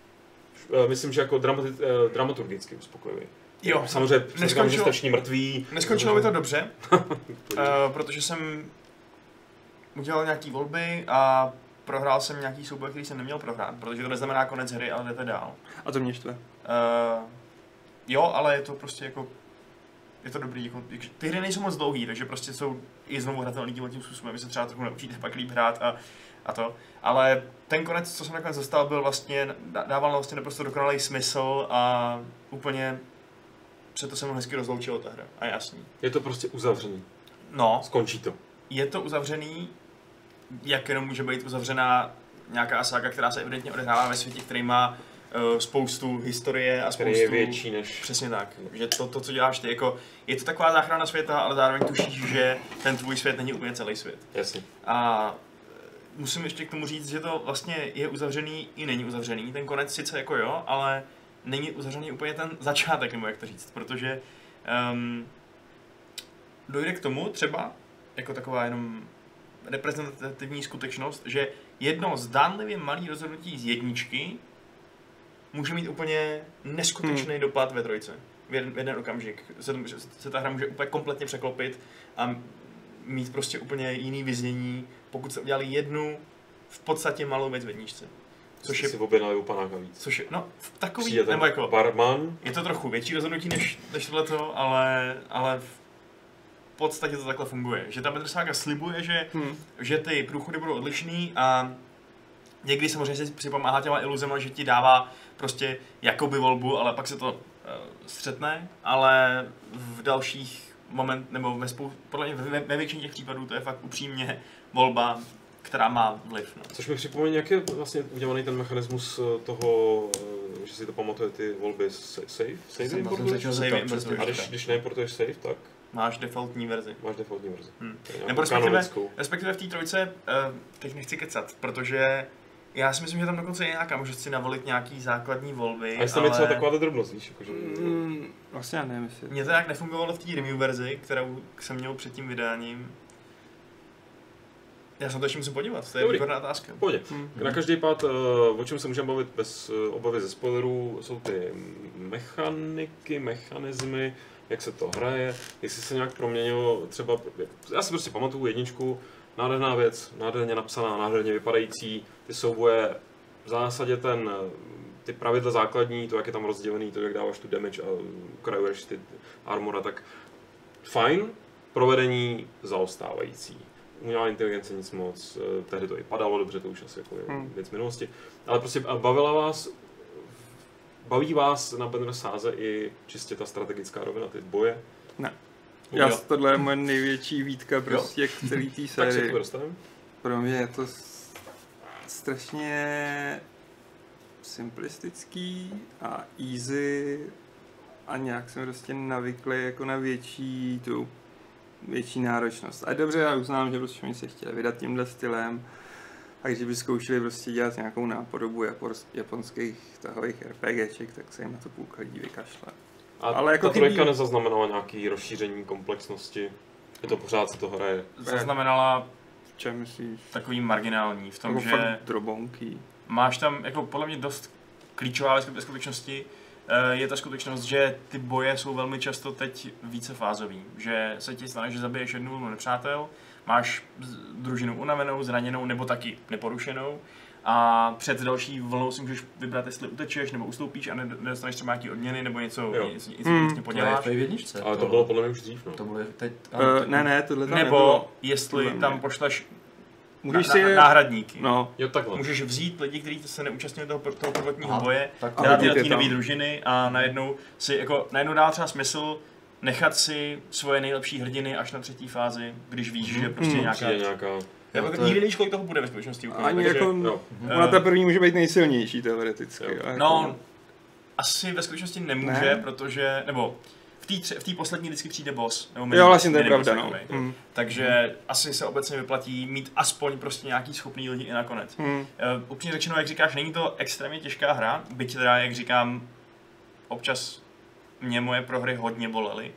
Myslím, že jako dramaturgicky uspokojivý. Jo, samozřejmě říkám, že stačí mrtví. Neskončilo by to dobře, protože jsem udělal nějaký volby a prohrál jsem nějaký souboj, který jsem neměl prohrát, protože to neznamená konec hry, ale jdete dál. A to mě štve. Jo, ale je to prostě jako, je to dobrý, jako, ty hry nejsou moc dlouhý, takže prostě jsou i znovu hratelný tím způsobem, aby se třeba trochu naučíte pak líp hrát a to. Ale ten konec, co jsem nakonec dostal, byl vlastně, dával vlastně naprosto dokonalý smysl a úplně se to se mnou hezky rozloučilo ta hra. A jasný. Je to prostě uzavřený. No. Skončí to. Je to uzavřený, jak jenom může být uzavřená nějaká sága, která se evidentně odehrává ve světě, který má spoustu historie a spoustu... Který je větší než... Přesně tak. Že to, co děláš ty, jako, je to taková záchrana světa, ale zároveň tušíš, že ten tvůj svět není úplně celý svět. Jasně. A musím ještě k tomu říct, že to vlastně je uzavřený i není uzavřený. Ten konec sice jako jo, ale není uzavřený úplně ten začátek, nebo jak to říct, protože dojde k tomu třeba, jako taková jenom reprezentativní skutečnost, že jedno zdánlivě malé rozhodnutí z jedničky může mít úplně neskutečný dopad ve trojce. V jeden okamžik se ta hra může úplně kompletně překlopit a mít prostě úplně jiný vyznění, pokud se udělali jednu v podstatě malou věc v jedničce. Což je si objednali u panáka víc. Což je, no, takový, nebo jako barman. Je to trochu větší rozhodnutí než tohleto, ale v podstatě to takhle funguje. Že ta Bethesda Saga slibuje, že ty průchody budou odlišný a někdy samozřejmě si pomáhá těma iluzema, že ti dává prostě jakoby volbu, ale pak se to střetne, ale v dalších nebo podle mě ve většině těch případů to je fakt upřímně volba, která má vliv. No. Což mi připomíná, jak je vlastně udělaný ten mechanismus toho, že si to pamatuje ty volby save a když neimportuješ save, tak máš defaultní verzi. Nebo respektive v té trojce, teď nechci kecat, protože já si myslím, že tam dokonce je nějaká, můžeš si navolit nějaký základní volby, a jestli mi třeba taková drobnost, víš, jakože... Vlastně já nevím, jestli... Mně to nějak nefungovalo v té review verzi, kterou jsem měl před tím vydáním. Já se to ještě musím podívat, to je výborná otázka. Pohodě. Na každý pád, o čem se můžeme bavit bez obavy ze spoilerů, jsou ty mechanismy, jak se to hraje, jestli se nějak proměnilo třeba, já si prostě pamatuju jedničku, nádherná věc, nádherně napsaná, nádherně vypadající, ty souboje, v zásadě ty pravidla základní, to jak je tam rozdělený, to jak dáváš tu damage a ukrajuješ ty armora, tak fajn, provedení zaostávající. Umělá inteligence nic moc, tehdy to i padalo dobře, to už asi jako je věc minulosti, ale prostě baví vás na Banner Sáze i čistě ta strategická rovina, ty boje? Ne. Tohle je moje největší výtka prostě k celý té sérii. Tak se to dostaneme? Pro mě je to strašně simplistický a easy a nějak jsem prostě navyklý jako na větší náročnost. A dobře, já uznám, že prostě oni se chtěli vydat tímhle stylem a když by zkoušeli prostě dělat nějakou nápodobu japonských tahových RPGček, tak se jim na to půlka lidí vykašle. Ale jako ta trojka nezaznamenala nějaký rozšíření komplexnosti? Je to pořád se to hraje? Zaznamenala v čem myslíš? Takový marginální, v tom, jako že drobonky. Máš tam jako podle mě dost klíčová věc ve skutečnosti, je ta skutečnost, že ty boje jsou velmi často teď vícefázový, že se ti stane, že zabiješ jednu vlnu nepřátel, máš družinu unavenou, zraněnou nebo taky neporušenou a před další vlnou si můžeš vybrat, jestli utečeš nebo ustoupíš a nedostaneš třeba nějaký odměny nebo něco poděláš. To je v jedničce. Ale to bylo podle mě už dřív, no. To bylo teď... Ne, tohle tam nebo nebylo. Jestli tam pošleš náhradníky. No. Jo, takhle. Můžeš vzít lidi, kteří se neúčastnili toho prvotního boje, dát ty nové družiny a najednou dává třeba smysl nechat si svoje nejlepší hrdiny až na třetí fázi, když víš, že prostě nějaká... Jako nikdy nevíš, kolik toho bude ve skutečnosti úplně. Ani jako, ona ta první může být nejsilnější teoreticky. No, asi ve skutečnosti nemůže, protože, nebo v té poslední vždycky přijde boss. Nebo jo, vlastně to je pravda, no. Takže asi se obecně vyplatí mít aspoň prostě nějaký schopný lidi i nakonec. Upřímně řečeno, jak říkáš, není to extrémně těžká hra, byť teda, jak říkám, občas mě moje prohry hodně bolely.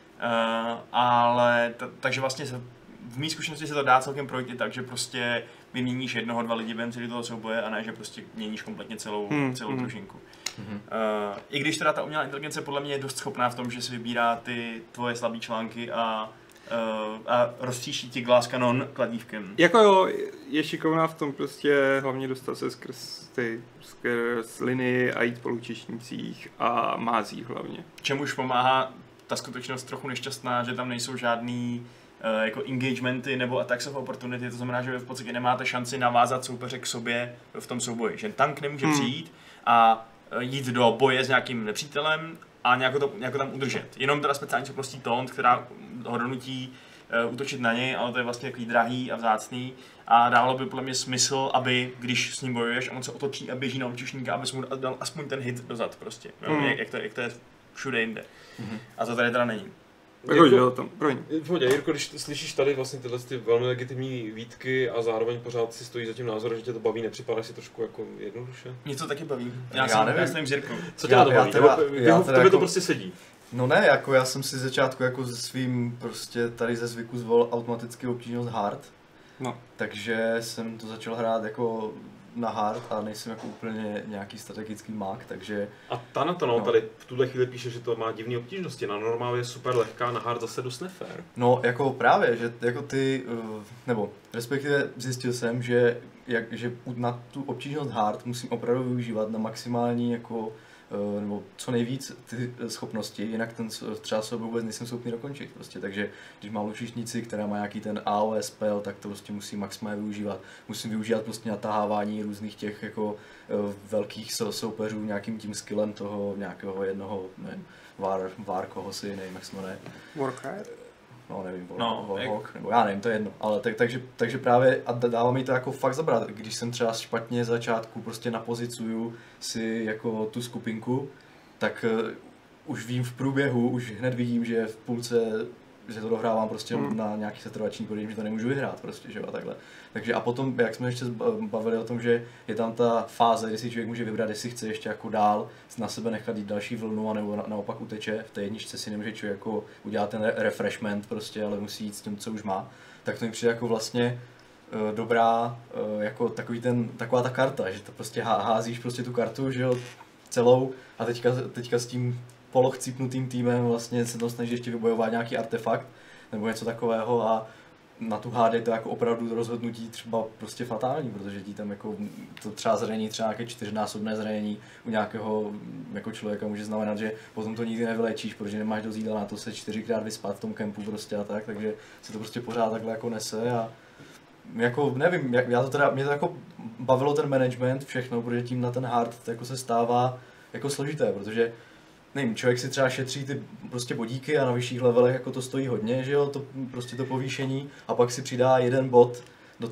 Ale takže vlastně v mý zkušenosti se to dá celkem projít i tak, že prostě vyměníš 1-2 lidi během celého toho souboje a ne, že prostě měníš kompletně celou družinku. I když teda ta umělá inteligence podle mě je dost schopná v tom, že si vybírá ty tvoje slabé články a rozstříší ti glass cannon kladívkem. Jako jo, je šikovná v tom prostě hlavně dostat se skrz linii a jít po lučišnicích a mází hlavně. Čemuž pomáhá ta skutečnost trochu nešťastná, že tam nejsou žádný jako engagementy nebo attacks of opportunity, to znamená, že vy v podstatě nemáte šanci navázat soupeře k sobě v tom souboji. Že tank nemůže přijít a jít do boje s nějakým nepřítelem a nějak to tam udržet. Jenom teda speciální schopností taunt, která ho donutí útočit na něj, ale to je vlastně takový drahý a vzácný a dávalo by podle mě smysl, aby když s ním bojuješ a on se otočí a běží na útočníka, aby mu dal aspoň ten hit dozad prostě, jak to je všude jinde. A to tady teda není. Jirko, když slyšíš tady vlastně tyhle velmi legitimní výtky a zároveň pořád si stojí za tím názorem, že tě to baví, nepřipadá si trošku jako jednoduše? Mě to taky baví. Já nevím, s Jirkou. Co tě to baví? Tobě to prostě sedí. No ne, jako já jsem si začátku jako ze svým prostě tady ze zvyku zvolil automaticky obtížnost hard. No. Takže jsem to začal hrát jako na hard a nejsem jako úplně nějaký strategický mák, takže... A tady v tuhle chvíli píše, že to má divné obtížnosti. Na normál je super lehká, na hard zase dost nefér. No, jako právě, že jako ty, nebo respektive zjistil jsem, že na tu obtížnost hard musím opravdu využívat na maximální jako nebo co nejvíc ty schopnosti, jinak ten třeba se vůbec nejsem schopný dokončit prostě, takže když mám lučišnici, která má nějaký ten AOE spell, tak to prostě musím maximálně využívat. Musím využívat prostě natahávání různých těch jako velkých soupeřů nějakým tím skillem toho nějakého jednoho, nevím, Var koho si, nevím jak se jmenuje. Warcraft? No nevím, Warhawk, nebo já nevím, to je jedno, ale takže právě a dává mi to jako fakt zabrat, když jsem třeba špatně začátku prostě napozicuju si jako tu skupinku, tak už vím v průběhu, už hned vidím, že v půlce, že to dohrávám prostě na nějaký setrvační podíl, že to nemůžu vyhrát prostě, že jo, a takhle. Takže a potom, jak jsme ještě bavili o tom, že je tam ta fáze, kdy si člověk může vybrat, jestli chce ještě jako dál na sebe nechat jít další vlnu, anebo naopak uteče. V té jedničce si nemůže člověk jako udělat ten refreshment prostě, ale musí jít s tím, co už má. Tak to mi přijde jako vlastně dobrá, jako taková ta karta, že to prostě házíš prostě tu kartu, že jo, celou a teďka s tím polochcípnutým týmem vlastně se to snaží ještě vybojovat nějaký artefakt nebo něco takového a na tu HD je to jako opravdu rozhodnutí třeba prostě fatální, protože ti tam jako to třeba zranění, třeba nějaké 4násobné zranění u nějakého jako člověka může znamenat, že potom to nikdy nevylečíš, protože nemáš dost jídla na to se 4krát vyspat v tom kempu prostě a tak, takže se to prostě pořád takhle jako nese a jako nevím, mě to jako bavilo ten management všechno, protože tím na ten hard jako se stává jako složité, protože nevím, člověk si třeba šetří ty prostě bodíky a na vyšších levelech jako to stojí hodně, že jo, to prostě to povýšení a pak si přidá jeden bod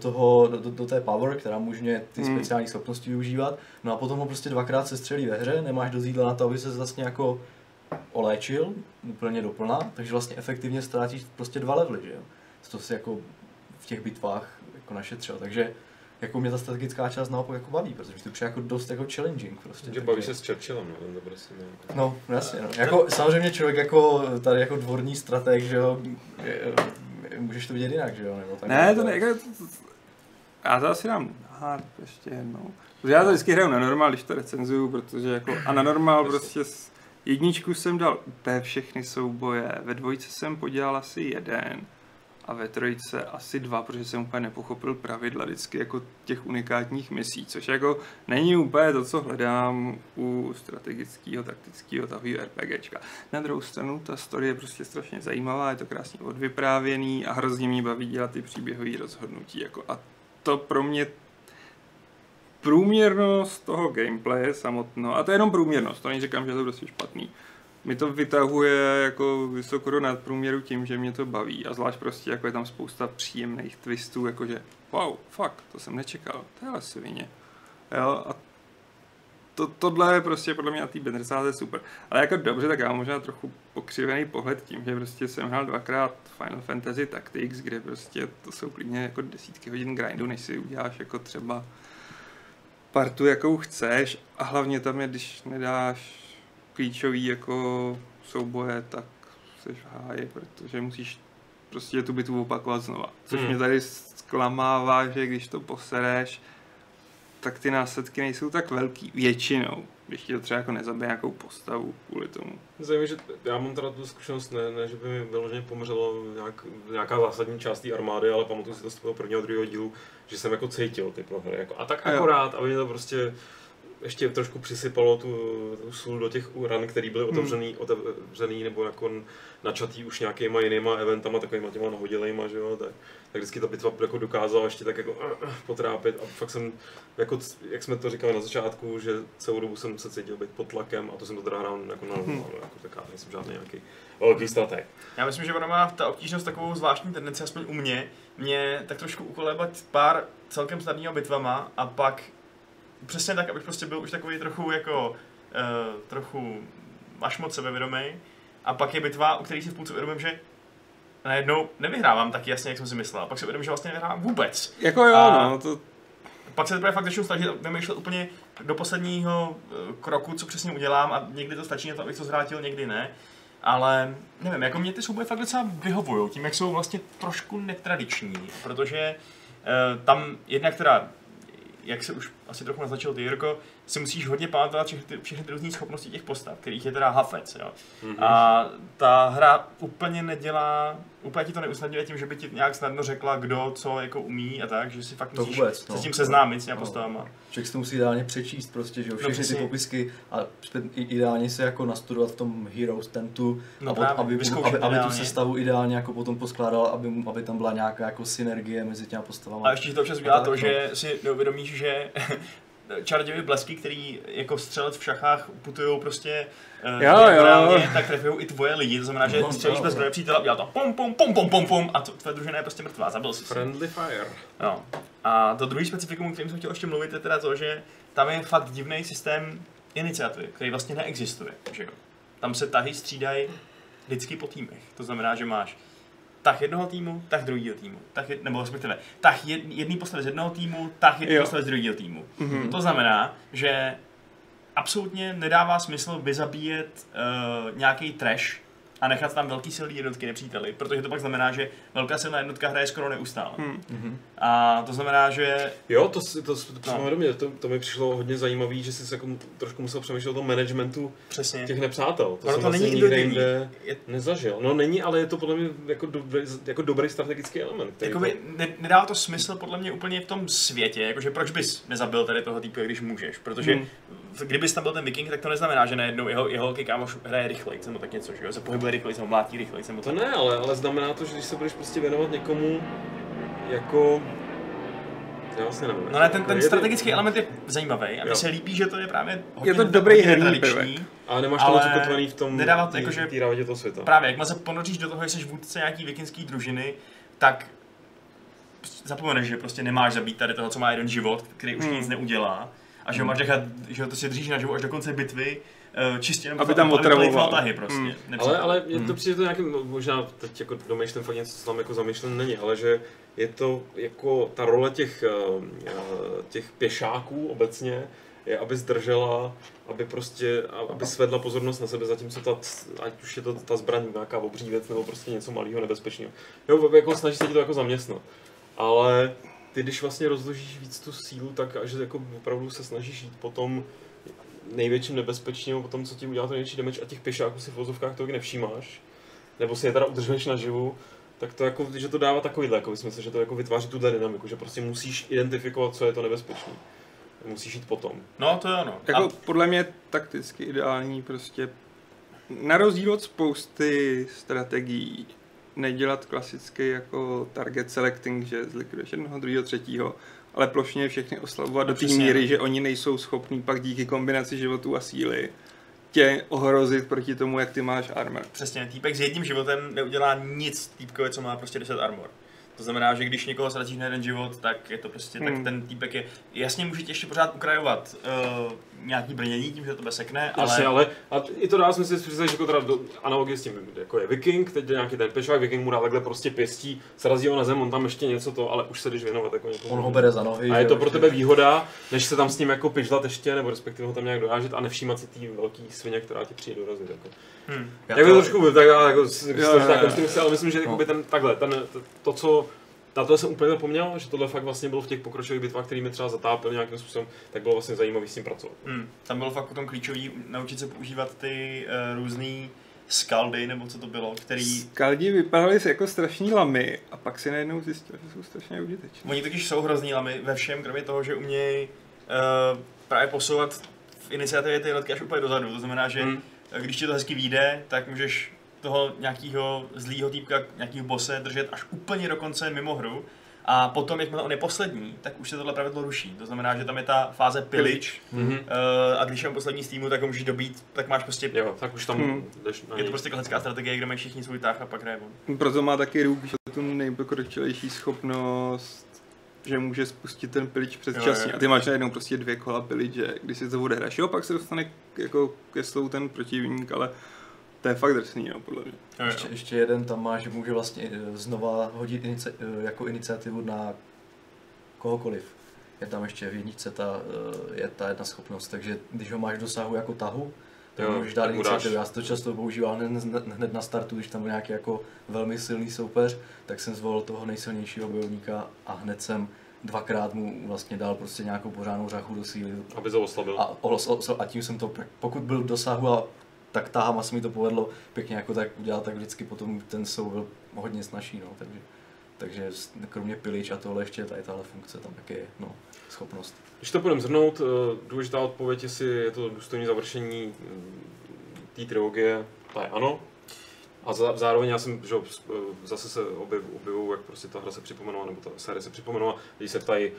do té power, která může ty speciální schopnosti využívat, no a potom ho prostě dvakrát se střelí ve hře, nemáš dost jídla na to, aby se vlastně jako oléčil úplně doplna, takže vlastně efektivně ztrátíš prostě 2 levely, že jo, to si jako v těch bitvách jako našetřil, takže jako mě ta strategická část naopak jako baví, protože to přijde jako dost jako challenging prostě. Že baví se s Churchillem, no, to prostě no, jasně, no. Jako samozřejmě člověk jako tady jako dvorní strateg, že jo, můžeš to vidět jinak, že jo, nebo tak. Ne, to ne, já to asi dám hard ještě jednou. Protože já to vždycky hraju na normál, když to recenzuju, protože jako, a na normál prostě jedničku jsem dal úplně všechny souboje, ve 2 jsem podělal asi 1. A ve 3 asi 2, protože jsem úplně nepochopil pravidla vždycky jako těch unikátních misí, což jako není úplně to, co hledám u strategického, taktického takového RPGčka. Na druhou stranu ta story je prostě strašně zajímavá, je to krásně odvyprávěný a hrozně mě baví dělat ty příběhové rozhodnutí. Jako, a to pro mě průměrnost toho gameplaye samotného, a to je jenom průměrnost, to neříkám, že je to prostě špatný. Mi to vytahuje jako vysoko do nadprůměru tím, že mě to baví a zvlášť prostě jako je tam spousta příjemných twistů, jakože wow, fakt, to jsem nečekal, tohle svině. Jo, a tohle je prostě podle mě na té Bannersaze super. Ale jako dobře, tak já mám možná trochu pokřivený pohled tím, že prostě jsem hrál 2krát Final Fantasy Tactics, kde prostě to jsou klidně jako desítky hodin grindu, než si uděláš jako třeba partu, jakou chceš a hlavně tam je, když nedáš klíčový jako souboje, tak jsi v háji, protože musíš prostě tu bitvu opakovat znova. Což mě tady zklamává, že když to posereš, tak ty následky nejsou tak velký, většinou, když ti to třeba jako nezabije nějakou postavu kvůli tomu. Zajímavé, že já mám teda tu zkušenost, ne že by mi vyloženě pomřelo nějaká zásadní část té armády, ale pamatuju si to z toho prvního a druhého dílu, že jsem jako cítil ty prohry. Jako, a tak akorát, aby to prostě ještě trošku přisypalo tu sůl do těch ran, které byly otevřený nebo jako načatý už nějakýma jinýma eventama, takovýma těma nahodilejma, že jo, tak vždycky ta bitva jako dokázala ještě tak jako potrápit a fakt jsem, jako, jak jsme to říkali na začátku, že celou dobu jsem se cítil být pod tlakem a to jsem to teda hrál jako normálně, jako tak já nejsem žádný nějaký velký strateg. Já myslím, že ona má ta obtížnost takovou zvláštní tendenci, aspoň u mě tak trošku ukolébat pár celkem snadnýma bitvama a pak přesně tak, abych prostě byl už takový trochu jako, trochu až moc sebevědomý. A pak je bitva, u který si v půlce uvědomím, že najednou nevyhrávám tak jasně, jak jsem si myslel. Pak si uvědomím, že vlastně nevyhrávám vůbec. Jako jo, no, to... Pak se teprve fakt začnu snažit vymýšlet úplně do posledního kroku, co přesně udělám a někdy to stačí na to, abych to zvrátil, někdy ne. Ale nevím, jako mě ty souboje fakt docela vyhovujou, tím, jak jsou vlastně trošku netradiční, protože tam jedna, která jak se už asi trochu naznačil ty, Jirko, si musíš hodně pamatovat všechny ty různé schopnosti těch postav, kterých je teda hafec, jo. A ta hra úplně ti to neusnadňuje tím, že by ti nějak snadno řekla, kdo co jako umí a tak, že si fakt musíš se s tím seznámit s těmi postavama. Člověk si to musí ideálně přečíst prostě, že jo, všechny ty popisky a ideálně se jako nastudovat v tom Heroes tentu, aby tu sestavu ideálně jako potom poskládal, aby tam byla nějaká jako synergie mezi těma postavama. A ještě to občas udělá to, že si neuvědomíš, že čarodějové blesky, který jako střelec v šachách putujou prostě reálně, tak trefujou i tvoje lidi, to znamená, že střelíš bez zbroje přítele a udělá to pom a tvoje družina je prostě mrtvá, zabil si. Friendly fire. No. A to druhý specifikum, o kterém jsem chtěl ještě mluvit, je teda to, že tam je fakt divný systém iniciativy, který vlastně neexistuje, že jo. Tam se tahy střídají vždycky po týmech, to znamená, že máš tah jednoho týmu, tah druhého týmu, nebo respektive tah jedný postavy z jednoho týmu, tah jedný postavy z druhého týmu. To znamená, že absolutně nedává smysl vyzabíjet nějaký trash a nechat tam velký silný jednotky nepříteli, protože to pak znamená, že velká silná jednotka hraje skoro neustále. A to znamená, že... Jo, to mi přišlo hodně zajímavý, že jsi jako trošku musel přemýšlet o tom managementu těch nepřátel. To jsem vlastně nikde jinde nezažil. No není, ale je to podle mě jako dobrý strategický element. Nedává to smysl podle mě úplně v tom světě, jakože proč bys nezabil tady toho týpka, když můžeš, protože kdybys tam byl ten viking, tak to neznamená, že najednou jeho kámoš hraje rychlejc nebo tak něco, že jo, se pohybuje rychlejc nebo mlátí rychlejc nebo to ne, ale znamená to, že když se budeš prostě věnovat někomu jako... Já vlastně nevím. No ne, ten strategický element je zajímavý a mně se líbí, že to je právě hodně, je to dobrý herní prvek. Ale nemáš to moc ukotvený v tom té rávodě toho světa. Právě, jakmile se ponoříš do toho, že jsi vůdce nějaký vikingský družiny, tak zapomeneš, že prostě nemáš zabít tady toho, co má jeden život, který už nic neudělá. A že ho máš nechat, že to si držíš na život až do konce bitvy, čistě jenom aby tam otravoval tahy prostě. Ale je to přijde to nějakým, možná teď jako domýšlím fakt něco, co tam jako zamýšlen není, ale že je to jako ta role těch pěšáků obecně je, aby zdržela, aby svedla pozornost na sebe, zatímco ať už je to ta zbraň nějaká obří věc nebo prostě něco malého nebezpečného. Jo, jako snaží se ti to jako zaměstnat, ale ty když vlastně rozložíš víc tu sílu, tak až jako opravdu se snažíš jít po tom největším nebezpečím, po tom, co ti udělá to největší damage a těch pěšáků si v vozovkách tolik nevšímáš, nebo si je teda udržuješ naživu, tak to jako, že to dává takovýhle jako smysl, že to jako vytváří tuhle dynamiku, že prostě musíš identifikovat, co je to nebezpečné. Musíš jít potom. No, to je ono. Jako podle mě takticky ideální prostě, na rozdíl od spousty strategií, nedělat klasický jako target selecting, že zlikviduješ jednoho, druhého, třetího, ale plošně všechny oslabovat do té míry, že oni nejsou schopní pak díky kombinaci životů a síly tě ohrozit proti tomu, jak ty máš armor. Přesně, týpek s jedním životem neudělá nic týpkovi, co má prostě 10 armor. To znamená, že když někoho ztratíš na jeden život, tak je to prostě, tak ten týpek je, jasně může tě ještě pořád ukrajovat nějaký brnění tím, že to sekne, ale... Jasně, ale a i to dá smysl představit, že jako teda analogie s tím, jako je viking, teď je nějaký ten pešák, viking mu dá takhle prostě pěstí, srazí ho na zem, on tam ještě něco to, ale už se jdeš věnovat jako někomu. On ho bere za nohy. A je to pro tebe výhoda, než se tam s ním jako pižlat ještě, nebo respektive ho tam nějak dorážet a nevšímat si tý velký svině, která ti přijde dorazit. Jako. Jak to trošku tak jako, ale myslím, že to, co na to jsem úplně zapomněl, že tohle fakt vlastně bylo v těch pokročilých bitvách, kterými třeba zatápil nějakým způsobem, tak bylo vlastně zajímavý s tím pracovat. Tam bylo fakt potom klíčový naučit se používat ty různý skaldy, nebo co to bylo, který... Skaldi vypadaly jako strašní lamy a pak si najednou zjistil, že jsou strašně užiteční. Oni totiž jsou hrozný lamy ve všem, kromě toho, že umějí právě posouvat v iniciativě ty jednotky až úplně dozadu. To znamená, že když ti to hezky vyjde, tak můžeš toho nějakého zlýho týpka, nějakého bose držet až úplně do konce mimo hru a potom, jakmile on je poslední, tak už se tohle pravidlo ruší. To znamená, že tam je ta fáze pillage a když je on poslední z týmu, tak ho můžeš dobít, tak máš prostě... Jo, tak už tam jdeš na Je to prostě klasická strategie, kde mají všichni svůj tah a pak hraje on. Proto má taky Rook, že tu nejpokročilejší schopnost, že může spustit ten pillage předčasně a ty máš najednou prostě 2 kola pillage, když si to odehráš. Jo, pak se dostane jako ke slovu ten protivník, ale to je fakt drsný, no, podle mě. Ještě jeden tam má, že může vlastně znova hodit jako iniciativu na kohokoliv. Je tam ještě v jedničce je ta jedna schopnost, takže když ho máš v dosahu jako tahu, tak můžeš dát iniciativu. Já si to často používám hned na startu, když tam byl nějaký jako velmi silný soupeř, tak jsem zvolil toho nejsilnějšího bojovníka a hned jsem dvakrát mu vlastně dal prostě nějakou pořádnou řachu do síly. Aby to oslabil. A tím jsem to, pokud byl v dosahu a tak táhama se mi to povedlo pěkně jako tak udělat, tak vždycky potom ten souboj byl hodně snazší, no, takže kromě pilič a tohle ještě tady tahle funkce tam taky je, no, schopnost. Když to budeme zhrnout, důležitá odpověď, jestli je to důstojné završení té trilogie, to je ano. A zároveň já jsem, že zase se objevuju, jak prostě ta hra se připomenula, nebo ta série se připomenula, když se ptají,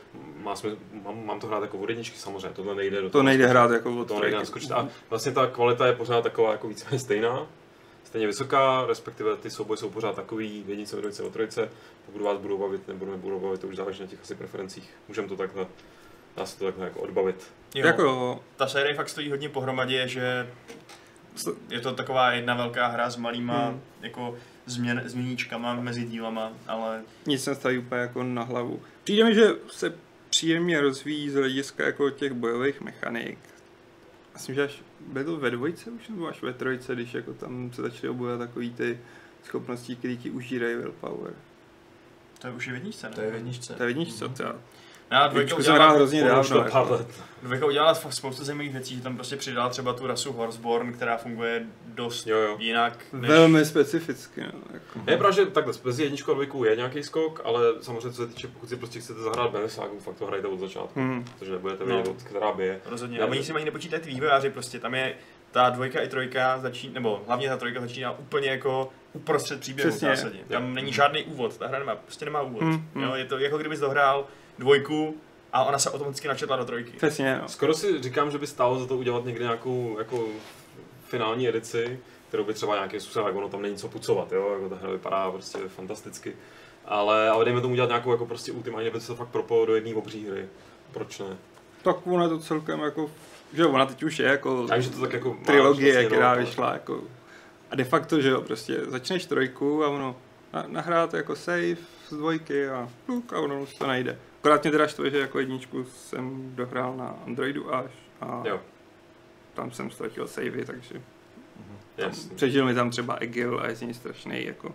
mám to hrát jako od jedničky, samozřejmě, tohle nejde do toho. To nejde hrát jako od trojky. A vlastně ta kvalita je pořád taková jako víceméně stejně vysoká, respektive ty souboje jsou pořád takový, v jednice, v dvojce, o trojce. Pokud vás budou bavit, nebo nebudou bavit, to už záleží na těch asi preferencích. Můžeme to takhle, dá se to takhle jako odbavit. Jo, jako... Ta série fakt stojí hodně pohromadě, že je to taková jedna velká hra s malýma jako změníčkama mezi dílama, ale... Nic se staví úplně jako na hlavu. Přijde mi, že se příjemně rozvíjí z hlediska jako těch bojových mechanik. Myslím, že až bylo to ve dvojce už, nebo až ve trojce, když jako tam se začaly objevovat takový ty schopnosti, které ti užírají willpower. To je už v jedničce, ne? To je v jedničce. To je v jedničce, to Dvojka jsem hrál hrozně dávno. Dvojka udělala spoustu zajímavých věcí, že tam prostě přidala třeba tu rasu Horseborn, která funguje dost jinak. Než... Velmi specificky. No, jako. Je pravda, že takhle mezi jedničkou a dvojkou je nějaký skok, ale samozřejmě co se týče, pokud si prostě chcete zahrát Banner Sagu, fakt to hrajte od začátku, protože nebudete vědět, od která bije. Rozhodně, a oni si mají nepočítat vývojáři prostě, tam je ta dvojka i trojka nebo hlavně ta trojka začíná úplně jako uprostřed příběhu v zásadě. Tam není žádný úvod, ta hra nemá úvod. Jo, je to jako kdybys dohrál dvojku a ona se automaticky načetla do trojky. Přesně, no. Skoro si říkám, že by stálo za to udělat někdy nějakou jako finální edici, kterou by třeba nějakým způsobem, jak ono tam není co pucovat, jo, jako ta hra vypadá prostě fantasticky. Ale dejme tomu udělat nějakou jako prostě ultimátně, aby se to fakt propalo do jedné obří hry. Proč ne? Tak ono je to celkem jako, že ona teď už je jako takže to tak jako trilogie, vlastně, která vyšla jako a de facto, že jo, prostě začneš trojku a ono nahrát jako save z dvojky a ono už to nejde. Akorát mě teda štve, že jako jedničku jsem dohrál na Androidu až a tam jsem ztratil savey, takže přežil mi tam třeba Egil a je z něj strašný jako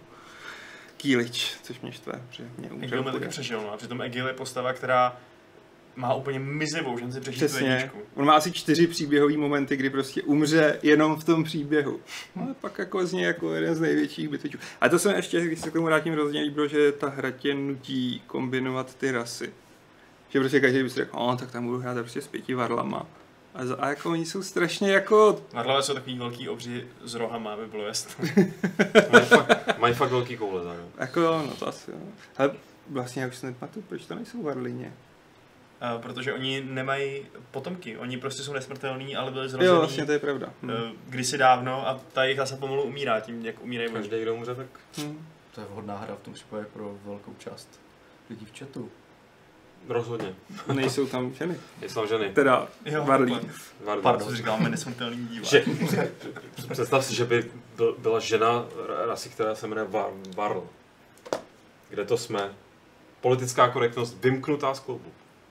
kýlič, což mě štve, protože mě umřel. Egil mě taky přežil, no a přitom Egil je postava, která má úplně mizivou šanci přežít tu jedničku. On má asi 4 příběhové momenty, kdy prostě umře jenom v tom příběhu. Ale pak jako z něj jako jeden z největších bytečů. A to jsem ještě, když se k tomu vrátím, hrozně líbilo, že ta hra tě nutí kombinovat ty rasy. Že prostě každý by si řekl, tak tam budu hrát prostě s 5 varlama. A jako oni jsou strašně jako... Varlové jsou takový velký obři s rohama, aby bylo jasné. Mají fakt velký koule, tak jo. Jako jo, no to asi jo. Ale vlastně já už se nepamatuju, proč to nejsou varlině. Protože oni nemají potomky, oni prostě jsou nesmrtelní, ale byli zrození. Jo, vlastně to je pravda. Kdysi dávno a ta jejich rasa pomalu umírá tím, jak umírají. Každý, kdo umře, tak... To je vhodná hra v tom případě pro velkou část lidí v chatu. Rozhodně. Nejsou tam ženy. Nejsou ženy. Teda varlí. Pardon, říkáme nesmrtelný díva. Představ si, že by byla žena rasy, která se jmenuje Varl. Kde to jsme? Politická korektnost vymknutá z kloubu.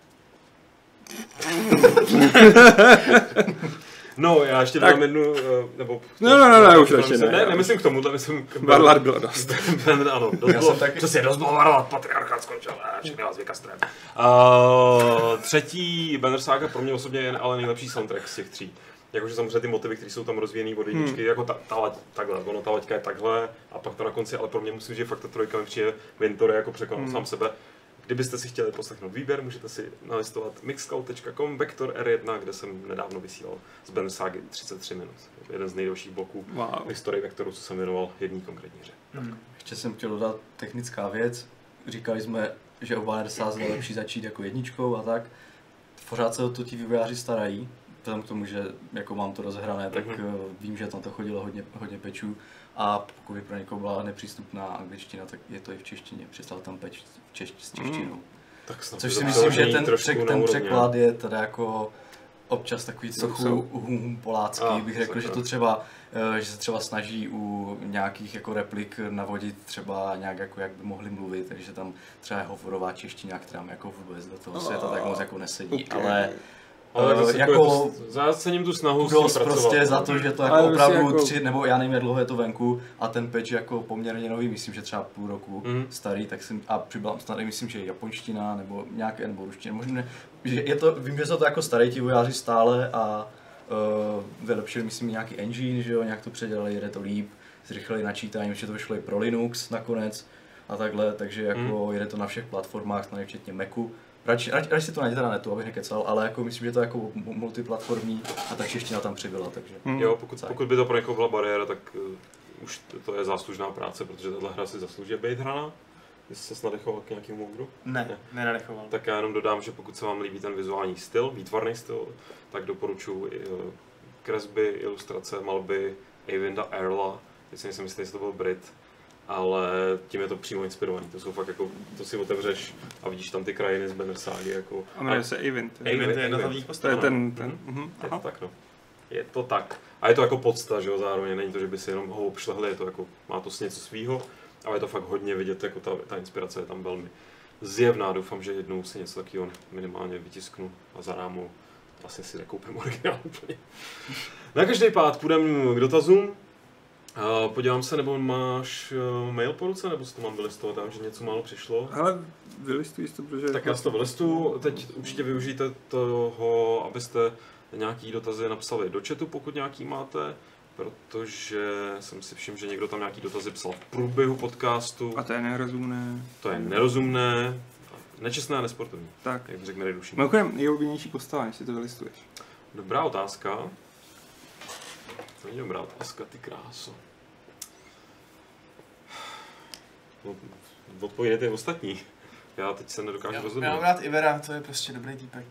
No, já ještě dám jednu, nebo... No, už radši ne. Nemyslím k tomuhle, myslím k... Varlat bylo dost. Ano, dost bylo varlat, patriarchát skončil, všechny vás vykastrem. Třetí Banner Saga pro mě osobně je ale nejlepší soundtrack z těch 3. Jakože samozřejmě ty motivy, které jsou tam rozvíjený od jedničky, jako takhle, ono ta laťka je takhle a pak to na konci, ale pro mě musím, že fakt ta trojka mi přijde Vintory jako překonal sám sebe. Kdybyste si chtěli poslechnout výběr, můžete si nalistovat mixcloud.com Vektor R1, kde jsem nedávno vysílal z Banner Sagy 33 minut. Jeden z nejdelších bloků v historii Vektoru, co jsem věnoval jedné konkrétní hře. Ještě jsem chtěl dodat technická věc. Říkali jsme, že o Banner Saze je lepší začít jako jedničkou a tak. Pořád se o to ti vývojáři starají. Vzhledem k tomu, že jako mám to rozehrané, tak vím, že tam to chodilo hodně pečů. A pokud by pro někoho byla nepřístupná angličtina, tak je to i v češtině. Přestal tam peč s češtinou. Což si myslím, že ten překlad je teda jako občas takový trochu polácký. Bych řekl, že to třeba, že se třeba snaží u nějakých jako replik navodit třeba nějak jako jak by mohli mluvit, takže tam třeba je hovorová čeština, která mi jako vůbec do toho světa tak moc jako nesedí, Ale jako zácením tu snahu s tím pracovat. Prostě za to, že to jako opravdu 3, nebo já nevím, jak dlouho je to venku a ten patch jako poměrně nový, myslím, že třeba půl roku starý, tak jsem, a přibyl snad myslím, že japonština nebo nějaké, nebo ruština, možná, že je to, vím, že jsou to jako starý ti vojáři stále a vylepšili, myslím, nějaký engine, že jo, nějak to předělali, jede to líp, zrychlili načítání, že to vyšlo i pro Linux nakonec a takhle, takže jako jede to na všech platformách, včetně Macu. Radši si to najděte na netu, abych nekecal, ale jako myslím, že to je jako multiplatformní a ta čeština tam přibyla, takže... Jo, pokud by to pro někoho byla bariéra, tak už to je záslužná práce, protože tato hra si zaslouží být hraná. Jsi se nadechoval k nějakému modru? Nenadechoval. Tak já jenom dodám, že pokud se vám líbí ten vizuální styl, výtvarný styl, tak doporučuji kresby, ilustrace, malby Eyvinda Earla, teď si nejsem jistý, jestli to byl Brit, ale tím je to přímo inspirovaný, to jsou fakt jako, to si otevřeš a vidíš tam ty krajiny z Banner Sagy jako... A jmenuje se Eyvind. Eyvind je jedna z hlavních postav. To je ten. Je to tak, no. Je to tak. A je to jako podsta, že jo, zároveň není to, že by si jenom ho obšlehli, je to jako, má to něco svýho, ale je to fakt hodně vidět, jako ta inspirace je tam velmi zjevná, doufám, že jednou si něco takového minimálně vytisknu a zarámu, vlastně si nekoupím originál úplně. Na každý pád půjdeme k dotazům. Podívám se, nebo máš mail po ruce, nebo si to mám vylistovat, tam, že něco málo přišlo? Ale vylistuji to, protože... Tak já si to vylistuju, teď určitě využijte toho, abyste nějaký dotazy napsali do chatu, pokud nějaký máte, protože jsem si všiml, že někdo tam nějaký dotazy psal v průběhu podcastu. A to je nerozumné. To je nerozumné, nečestné a nesportovní, tak. Jak řekne Nejdušší. Mimochodem, nejoblíbenější postava, než si to vylistuješ. Dobrá otázka. To není dobrá otázka, ty kráso. Odpověděte ostatní. Já teď se nedokážu rozhodnout. Já mám rád Ivera, to je prostě dobrý týpek.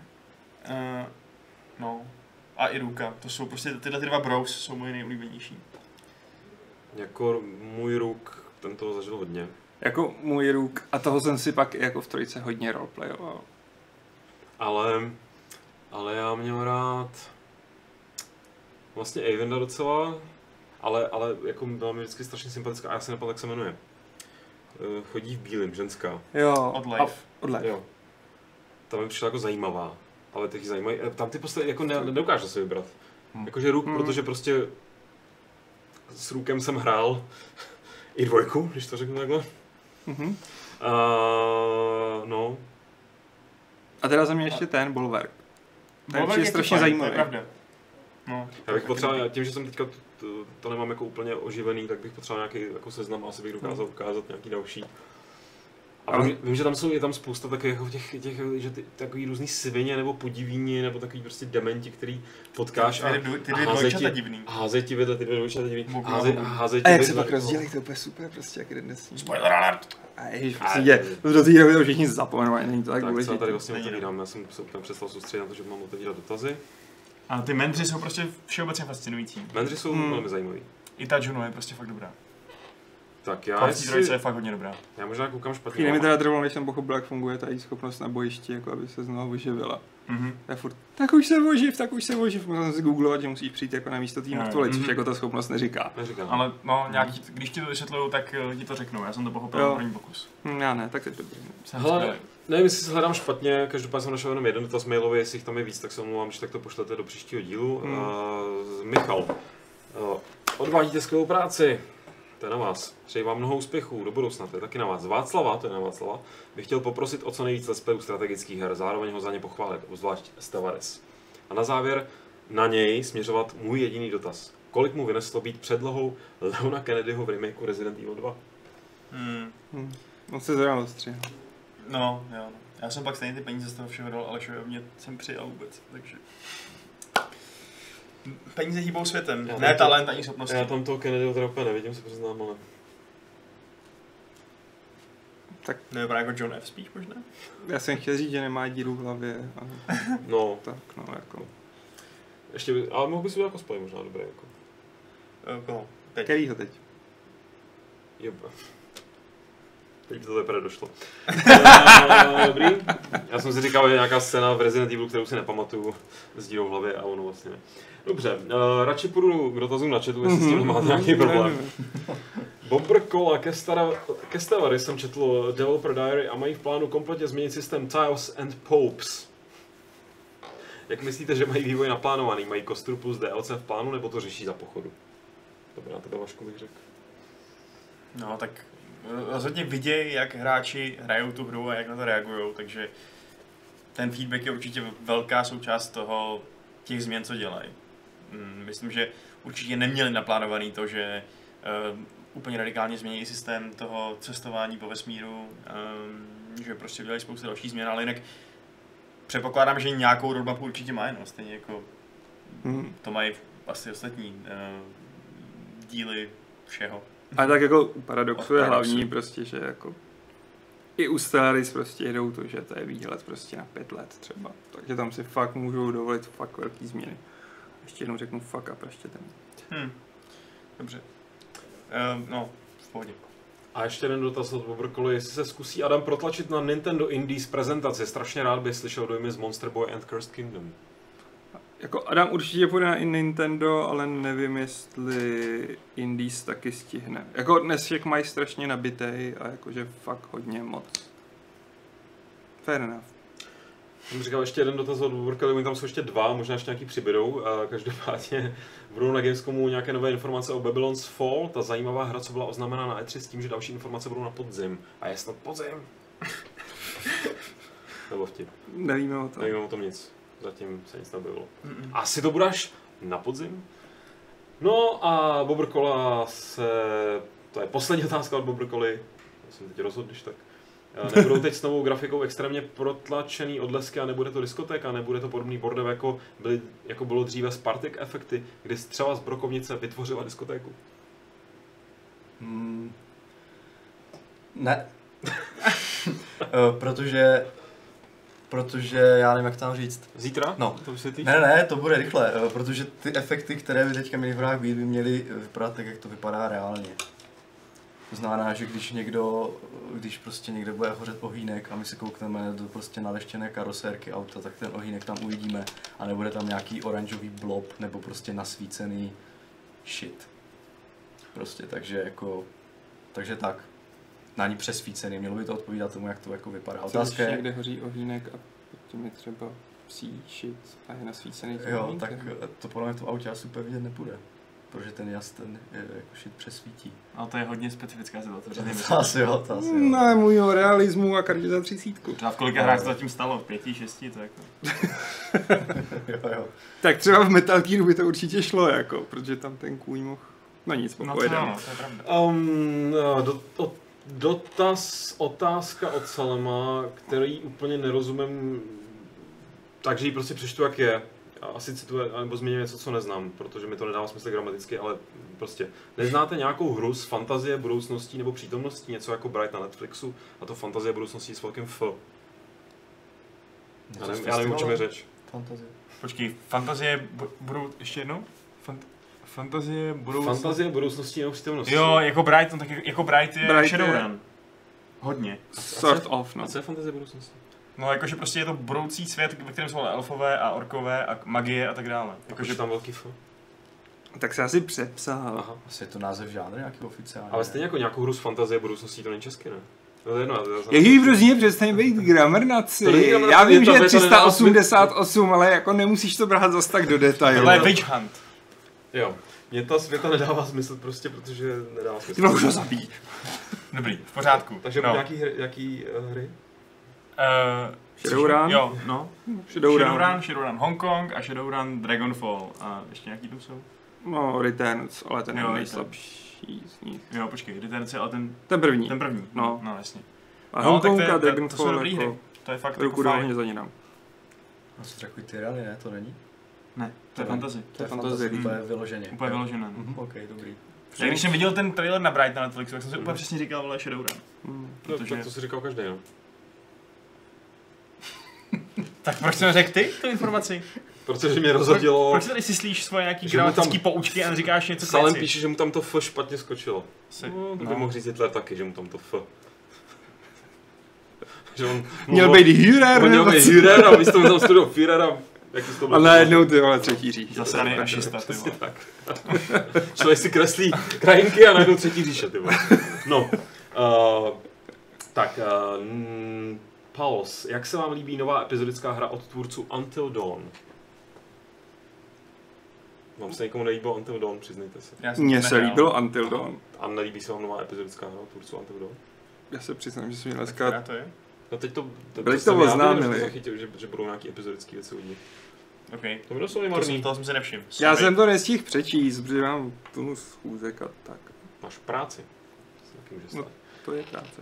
No. A i Ruka, to jsou prostě tyhle dva bros jsou moje nejoblíbenější. Jako můj Ruk, ten toho zažil hodně. Jako můj Ruk, a toho jsem si pak jako v trojce hodně roleplayoval. Ale já měl rád vlastně Eyvinda docela, ale jako byla mi vždycky strašně sympatická a já se nepamatuji, jak se jmenuje. Chodí v bílém, ženská. Jo. Od Life. Jo. Ta mi přišla jako zajímavá, ale teď zajímají. Tam ty postavy jako neukážu si vybrat. Jakože Ruk, protože prostě s Rukem jsem hrál i dvojku, když to řeknu takhle. No. A teda za mě ještě ten Bolverk. Ten je strašně zajímavý. To je pravda. No, já bych potřeboval, tím, že jsem teďka to nemám jako úplně oživený, tak bych potřeboval nějaký jako seznam, asi bych dokázal ukázat nějaký další. A vím, že je tam spousta takových jako že takový různý svině nebo podivíni nebo takový prostě dementi, který potkáš a házej ti vedle ty dvě dvojčata divný. A jak se pak rozdělí, to je úplně super, prostě jak jeden dnes. Spoiler alert! A ježiš, prostě do té doby to všichni zapomenuli, není to tak důležité. Tak tady vlastně otevírám, já jsem se úplně přestal soustředit na to, že mám otevírat dotazy. A ty mendři jsou prostě všeobecně fascinující. Mendři jsou velmi zajímavý. I ta Juno je prostě fakt dobrá. Tak já je fakt hodně dobrá. Já možná koukám špatně. Chvíli mi teda trvalo, než jsem pochopil, jak funguje ta její schopnost na bojišti, jako aby se znovu vyživila. Já furt, tak už se oživ, musím si googlovat, že musíš přijít jako na místo té mrtvoly, což jako ta schopnost neříká. Ale no, nějaký, když ti to vysvětluju, tak ti to řeknu, já jsem to pochopil na první pokus. Já ne, tak je to dobrý. Hele, nevím, jestli se hledám špatně, každopádně jsem našel jenom jeden dotaz mailový, jestli jich tam je víc, tak se omlouvám, že tak to pošlete do příštího dílu. Michal, odvádíte skvělou práci. To je na vás. Přeji vám mnoho úspěchů do budoucna, to je taky na vás. Václava, to je na Václava, bych chtěl poprosit o co nejvíc let's playů strategických her, zároveň ho za ně pochválit, obzvlášť Stellaris. A na závěr na něj směřovat můj jediný dotaz. Kolik mu vyneslo být předlohou Leona Kennedyho v remakeu Resident Evil 2? On se zrovna dostřihl. No, jo. Já jsem pak stejně ty peníze z toho všeho dal Alešovi a mě jsem přijal vůbec, takže... Peníze hýbou světem, ne talent ani schopnosti. Já tam toho Kennedyho teda úplně nevidím, se přiznám, ale... Tak nevypadá jako John F. Speech možná? Já jsem chtěl říct, že nemá díru v hlavě. A... No. Tak, no jako... Ještě by, ale mohl bys být jako spoj možná dobré jako. Koho? Teď. Kterýho teď? Jeba. Teď to teprve došlo. Dobrý. Já jsem si říkal, že nějaká scéna v Resident Evil, kterou si nepamatuju, s dírou v hlavě a ono vlastně ne. Dobře, radši půjdu k dotazům na chatu, jestli s tím máte nějaký problém. Bobr Kola ke Stellaris jsem četl Developer Diary a mají v plánu kompletně změnit systém Tiles and Popes. Jak myslíte, že mají vývoj naplánovaný? Mají kostru plus DLC v plánu, nebo to řeší za pochodu? To by na tebe, Vašku, bych řekl. No, tak rozhodně vidějí, jak hráči hrajou tu hru a jak na to reagují, takže ten feedback je určitě velká součást toho, těch změn, co dělají. Myslím, že určitě neměli naplánovaný to, že úplně radikálně změní systém toho cestování po vesmíru, že prostě udělali spoustu dalších změn, ale jinak předpokládám, že nějakou roadmapu určitě mají, no, stejně jako to mají asi ostatní díly všeho. A tak jako paradoxu je hlavní prostě, že jako i u Stellaris prostě jedou to, že to je výhled prostě na 5 let třeba. Takže tam si fakt můžou dovolit fakt velký změny. Ještě jednou řeknu fuck up, ještě ten. Dobře. No, v pohodě. A ještě jeden dotaz od Bobrkoli, jestli se zkusí Adam protlačit na Nintendo Indies prezentaci. Strašně rád bych slyšel dojmy z Monster Boy and Cursed Kingdom. Jako Adam určitě půjde na Nintendo, ale nevím, jestli Indies taky stihne. Jako dnes jak mají strašně nabitej a jakože fakt hodně moc. Fair enough. Jsem říkal ještě jeden dotaz od Bobrkoli, tam jsou ještě 2, možná ještě nějaký přibydou. Každopádně budou na Gamescomu nějaké nové informace o Babylon's Fall, ta zajímavá hra, co byla oznámena na E3 s tím, že další informace budou na podzim. A je snad podzim. Nebo vtip. Nevíme o tom. Nevíme o tom nic. Zatím se nic neobjevilo. Asi to bude až na podzim? No a Bobrkola se... To je poslední otázka od Bobrkoly. Já jsem teď rozhodl, když tak. Nebudou teď s novou grafikou extrémně protlačený odlesky a nebude to diskotéka, nebude to podobný bordev, jako bylo dříve Spartak efekty, kdy střela z brokovnice vytvořila diskotéku. Ne. Protože já nevím, jak tam říct. Zítra? No. To vysvětlíš? Ne, to bude rychle, protože ty efekty, které by teďka měly v hrách být, by měly vypadat tak, jak to vypadá reálně. To znamená, že když prostě někde bude hořet ohýnek a my se koukneme do prostě naleštěné karosérky auta, tak ten ohýnek tam uvidíme a nebude tam nějaký oranžový blob nebo prostě nasvícený shit. Prostě, takže tak. Na ní přesvícený, mělo by to odpovídat tomu, jak to jako vypadá. Otázka je, někde hoří ohýnek a potom je třeba psí shit a je nasvícený. Jo, tak to podle mě v autě asi úplně vidět nepůjde. Protože ten jas jako shit přesvítí. Ale to je hodně specifická situace. To asi jo. Ne, můjho realismu a kartě za 30. Třeba v kolika hrách to zatím stalo? 5, 6, to jako... jo. Tak třeba v Metal Gearu by to určitě šlo, jako, protože tam ten kůň mohl... No nic, popojedeme. No to je pravda. Otázka od Salema, který úplně nerozumím, takže ji prostě přečtu, jak je. Asi cituje, nebo změním něco, co neznám, protože mi to nedává smysl gramaticky, ale prostě. Neznáte nějakou hru z fantazie, budoucností nebo přítomností, něco jako Bright na Netflixu, a to fantazie budoucností s velkým F. Já nevím, o čem je řeč. Fantazie. Počkej, fantazie budou ještě jednou? Fantazie budoucností nebo přítomností. Jo, jako Bright, no tak jako Bright je Shadowrun. Hodně. Sort of, no. A co je fantazie budoucnosti? No jakože prostě je to budoucí svět, ve kterém jsou elfové a orkové a magie a tak dále. Jakože tam velký F. Tak se asi přepsal. Aha. Asi je to název žánr nějaký oficiální. Ale stejně jako nějakou hru z fantazie budoucností, to není česky, ne? To je jedno. Ježíš, prostě přestaň být gramernaci. Já vím, že je 388, ale jako nemusíš to brát zas tak do detailu. To je Witch Hunt. Jo. Mně ta světa nedává smysl prostě, protože nedává smysl. Ty už ho zabít. Dobrý, v pořádku. Takže nějaký hry? Shadowrun? Jo, no. Shadowrun Hongkong a Shadowrun Dragonfall. A ještě nějaký tu jsou? No, Returns, ale ten je nejslabší z nich. Jo, počkej, Returns je ale ten první. Ten první, no jasně. A Hongkong a Dragonfall to jsou dobrý hry. To je fakt ruku do ohně za ně dám. To jsou takový tyranny, ne? To není? Ne, to je fantasy. To je fantasy, to je vyloženě. Úplně vyložené. Ok, dobrý. Já když jsem viděl ten trailer na Bright na Netflixu, tak jsem si úplně přesně říkal, vole, Shadowrun. Protože... Tak to si říkal každý, no. Tak proč jsem řekl ty tu informaci? Protože mě rozhodilo... Proč tady si slíš svoje nějaký gramatický poučky a říkáš něco k Salem píše, že mu tam to F špatně skočilo. No, to by mohl říct Hitler taky, že mu tam to F. Že on měl být Führer, on měl být Führer a místo tam studoval Führera. A najednou ty vole třetí říš. Zase nefašista, ty vole. Tak. Člověk si kreslí krajinky a najednou třetí říše, ty vole. No. Pauls, jak se vám líbí nová epizodická hra od tvůrců Until Dawn? Vám se někomu nelíbilo Until Dawn, přiznejte se. Mně se líbilo Until Dawn. A nelíbí se vám nová epizodická hra tvůrců Until Dawn? Já se přiznám, že jsem měl dneska... No teď to oznámili. Zachytil, že budou nějaký epizodický věci od nich. Okay. To bylo marný. Toho jsem se nevšiml. Já jsem to nestihl přečíst, protože mám plnou schůzek a tak. Máš práci. No, to je práce.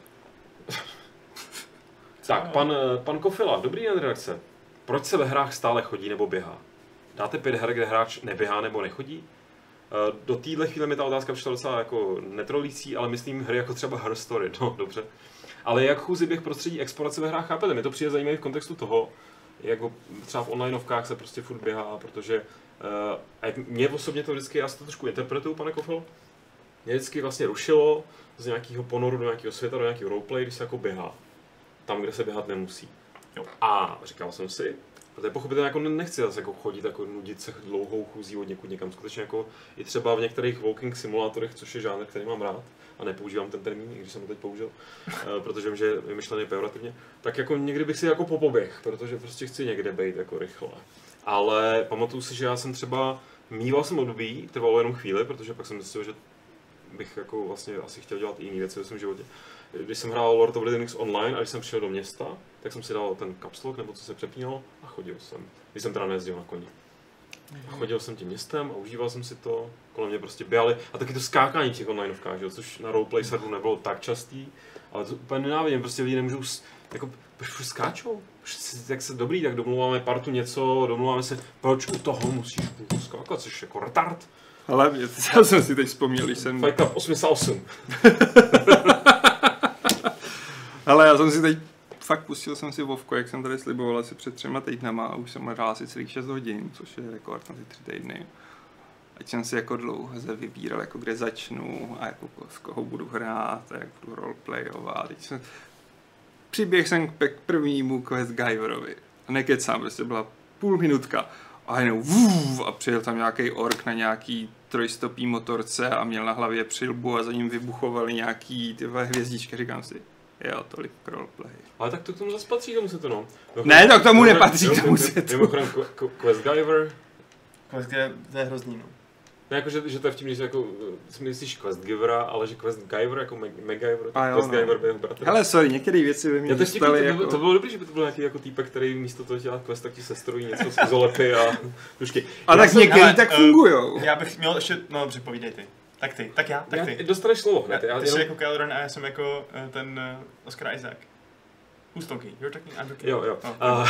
Tak, pan Kofila, dobrý den redakce. Proč se ve hrách stále chodí nebo běhá? Dáte 5 her, kde hráč neběhá nebo nechodí? Do téhle chvíle mi ta otázka přišla docela jako netrolící, ale myslím hry jako třeba Her Story, no dobře. Ale jak chůzi běh prostředí explorace ve hrách chápete? Mě to přijde zajímavé v kontextu toho, jak třeba v onlineovkách se prostě furt běhá, protože mě osobně to vždycky, já si to trošku interpretuju, pane Kofil, mě vždycky vlastně rušilo z nějakého ponoru do nějakého světa, do nějakého roleplay, když se jako běhá. Tam, kde se běhat nemusí. Jo. A říkal jsem si, a to je pochopitelně, jako nechci zase jako chodit, jako nudit se dlouhou chůzí od někud někam. Skutečně jako i třeba v některých walking simulátorech, což je žánr, který mám rád, a nepoužívám ten termín, i když jsem ho teď použil, protože vím, že je myšlený pejorativně, tak jako někdy bych si jako popoběh, protože prostě chci někde být jako rychle. Ale pamatuju si, že já jsem třeba mýval jsem období, trvalo jenom chvíli, protože pak jsem zjistil, že bych jako vlastně asi chtěl dělat i jiné věci ve svém životě. Když jsem hrál Lord of the Rings online a když jsem přišel do města, tak jsem si dal ten caps lock, nebo co se přepínalo, a chodil jsem. Když jsem teda nejezdil na koni. A chodil jsem tím městem a užíval jsem si to, kolem mě prostě běhali. A taky to skákání v těch onlineovkách, což na roleplay serveru nebylo tak častý, ale to úplně nenávidím, prostě lidi nemůžou, jako, proč skáčou? Jak se dobrý, tak domluváme partu něco, domluváme se, proč u toho musíš skákat, což jako retard. Ale já jsem si teď vzpomněl, když jsem... Fight Club 88. Ale já jsem si teď fakt pustil jsem si Vovko, jak jsem tady sliboval asi před 3 týdnama a už jsem hrál asi celých 6 hodin, což je rekord na ty 3 týdny. Ať jsem si jako dlouho vybíral, jako kde začnu a jako s koho budu hrát a jak budu roleplayovat. Přiběh jsem k prvnímu Quest Giverovi a nekecám, prostě byla půl minutka a jenom a přijel tam nějaký ork na nějaký trojstopý motorce a měl na hlavě přilbu a za ním vybuchovaly nějaký ty hvězdičky, říkám si. Jo, tolik roleplay. Ale tak to k tomu zase patří, tomu se to no. Ne, to k tomu nepatří, k tomu se to. Mimochodem Quest Giver. Quest Giver, to je hrozný, no. Ne, jako, že to je vtipný, že jako, myslíš Quest Givera, ale že Quest Giver, jako MacGyver, Quest Giver byl jeho bratr. Hele, sorry, některé věci by mě dostaly jako... To bylo dobrý, že by to byl nějaký jako týpek, který místo toho dělat quest, tak ti sestrojí něco z izolepy a dušky. A tak některý tak fungujou. Já bych měl ještě, no dobře, povídej ty. Tak ty. Dostaneš slovo hned. Ty jsi jako Kylo Ren a já jsem jako ten Oscar Isaac. Who's talking? You're talking, I'm talking. Jo.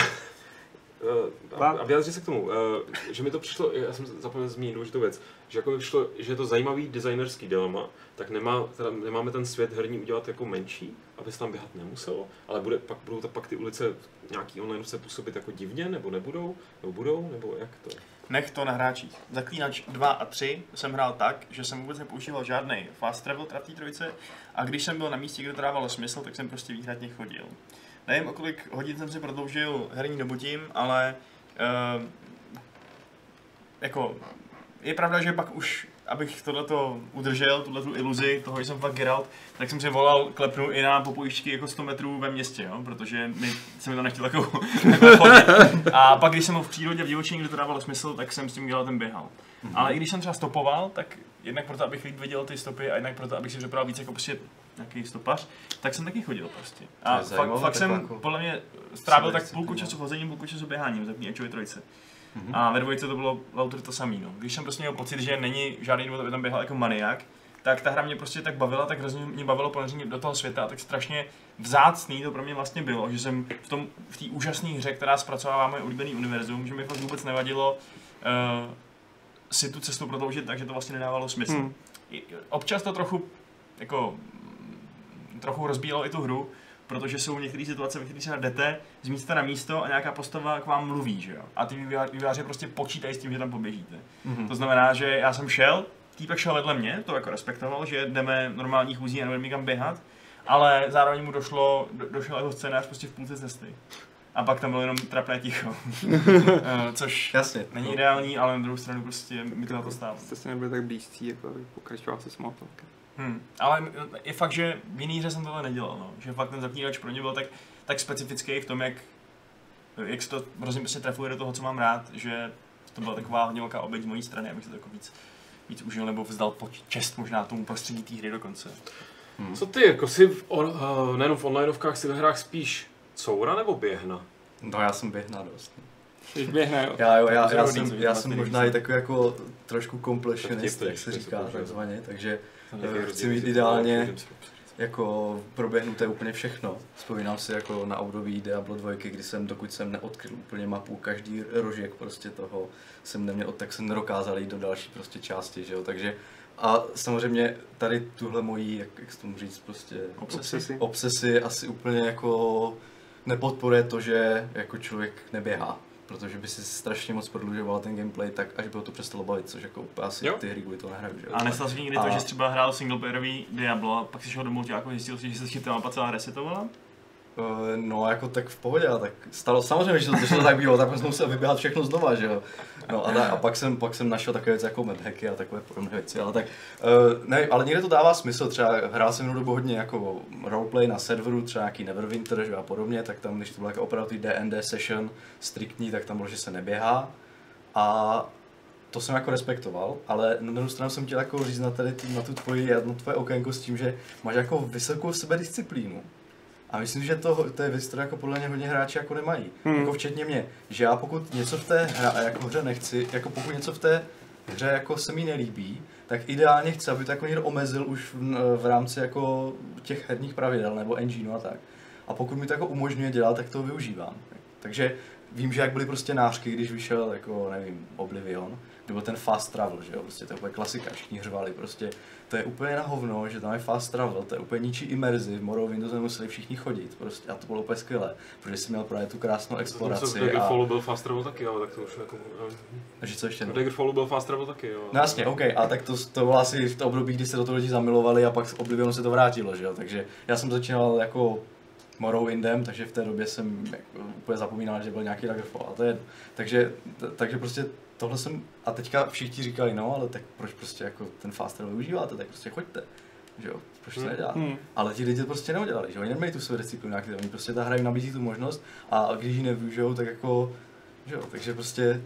A vyjádřit se k tomu, že mi to přišlo, já jsem zapomněl zmínit důležitou věc, že jako mi přišlo, že je to zajímavý designerský dilema, tak nemáme ten svět herní udělat jako menší, aby se tam běhat nemuselo, ale budou pak ty ulice nějaký online se působit jako divně, nebo nebudou, nebo budou, nebo jak to je? Nech to na hráčích. Zaklínač 2 a 3 jsem hrál tak, že jsem vůbec nepoužíval žádný fast travel v té trojce a když jsem byl na místě, kde to dávalo smysl, tak jsem prostě výhradně chodil. Nevím, o kolik hodin jsem si prodloužil herní dobu tím, ale jako je pravda, že pak už, abych tohleto udržel, tuhletu iluzi toho, že jsem fakt Geralt, tak jsem si volal, klepnu i na popojišťky jako 100 metrů ve městě, jo? Protože se mi to nechtěl takovou chodit. A pak, když jsem byl v přírodě, v divočině, kde to dávalo smysl, tak jsem s tím Geraltem běhal. Ale i když jsem třeba stopoval, tak jednak proto, abych líp viděl ty stopy a jednak proto, abych si připravil víc jako prostě nějaký stopař, tak jsem taky chodil prostě. A fakt jsem podle mě strávil tak půlku času chozením, půlku času běháním v Knightově trojce. A ve dvojce to bylo autory to samý, no. Když jsem prostě měl pocit, že není žádný důvod, aby tam běhal jako maniak, tak ta hra mě prostě tak bavila, tak hrozně mě bavilo ponoření do toho světa a tak strašně vzácný to pro mě vlastně bylo, že jsem v té úžasné hře, která zpracovává moje oblíbený univerzum, že mi fakt vůbec nevadilo si tu cestu prodloužit, takže to vlastně nedávalo smysl. Občas to trochu rozbíjelo i tu hru, protože jsou některé situace, ve kterých se jdete z místa na místo a nějaká postava k vám mluví, že jo? A ty vývojáři prostě počítají s tím, že tam poběžíte. To znamená, že já jsem šel, týpek šel vedle mě, to jako respektoval, že jdeme normální chůzí a nebudeme nikam běhat, ale zároveň mu došel jeho scénář prostě v půlce cesty. A pak tam bylo jenom trapné ticho. Což jasně, není ideální, ale na druhou stranu prostě mi to na to stálo. Jste nebyli tak blízcí, jako pokračoval se small talkem. Ale je fakt, že v jiný hře jsem tohle nedělal, no. Že fakt ten zaklínač pro mě byl tak specifický v tom, jak se to hrozně prostě trefuje do toho, co mám rád, že to byla taková hodně velká oběť z mojí strany, abych se to jako víc užil nebo vzdal čest možná tomu prostředí té hry dokonce. Co ty, jako si nejenom v onlineovkách si ve hrách spíš coura nebo běhna? No já jsem běhna dost. Běhna, jo. Já jsem možná i takový jako trošku completionist, jak se říká takzvaně, takže chci mít ideálně jako proběhnuté úplně všechno. Vzpomínám si jako na období Diablo 2, kdy dokud jsem neodkryl úplně mapu, každý rožek prostě toho jsem neměl, tak jsem nedokázal jít do další prostě části, že jo, takže a samozřejmě tady tuhle mojí, jak to můžu říct, prostě obsesi asi úplně jako nepodporuje to, že jako člověk neběhá, protože by si strašně moc prodlužoval ten gameplay, tak až by ho to přestalo bavit, což jako asi ty hry kvůli to nehraju, že jo. A nestal jsi někdy to, že jsi třeba hrál singleplayerový Diablo a pak si šel domů jako zjistil, že se ta mapa celá resetovala? No jako tak v pohodě, tak stalo samozřejmě, že to tak bylo, tak jsem musel vyběhat všechno znova, že jo. No a pak jsem našel takové věci jako medhacky a takové podobné věci, ale tak ne, ale někde to dává smysl, třeba hrál jsem jednu dobu hodně jako roleplay na serveru, třeba nějaký Neverwinter, že a podobně, tak tam, když to bylo jako opravdu D&D session striktní, tak tam bylo, že se neběhá a to jsem jako respektoval, ale na druhou stranu jsem chtěl jako říct na tvoje okénko s tím, že máš jako vysokou sebedisciplínu. A myslím, že to je věc, kterou jako podle mě hodně hráči jako nemají. Jako včetně mě, že já pokud něco v té hře nechci, jako pokud něco v té hře jako se mi nelíbí, tak ideálně chci, aby to jako někdo omezil už v rámci jako těch herních pravidel nebo engineu a tak. A pokud mi to jako umožňuje dělat, tak to využívám. Takže vím, že jak byly prostě nářky, když vyšel jako nevím, Oblivion, kde byl ten fast travel, že jo, prostě to je úplně klasika, všichni řvali, prostě to je úplně na hovno, že tam je fast travel, to je úplně ničí imerzi, v Morrowindu jsme museli všichni chodit, prostě a to bylo úplně skvělé, protože jsi měl právě tu krásnou exploraci. V Daggerfallu byl fast travel taky, ale tak to už jako... Takže co ještě? V Daggerfallu byl fast travel taky, jo. No jasně, OK, a tak to bylo asi v období, kdy se do toho lidi zamilovali a pak z Oblivionu se to vrátilo, že jo, takže já jsem začínal jako Morrowindem, takže v té době jsem jako úplně zapomínal, že byl nějaký Daggerfall a to je, takže prostě tohle jsem, a teďka všichni říkali, no ale tak proč prostě jako ten fast travel využíváte, tak prostě choďte, že jo, proč to nedělat. Ale ti lidi to prostě neudělali, že oni nemají tu svou disciplinu nějaký, oni prostě ta hra jim nabízí tu možnost a když ji nevyužijou, tak jako, že jo, takže prostě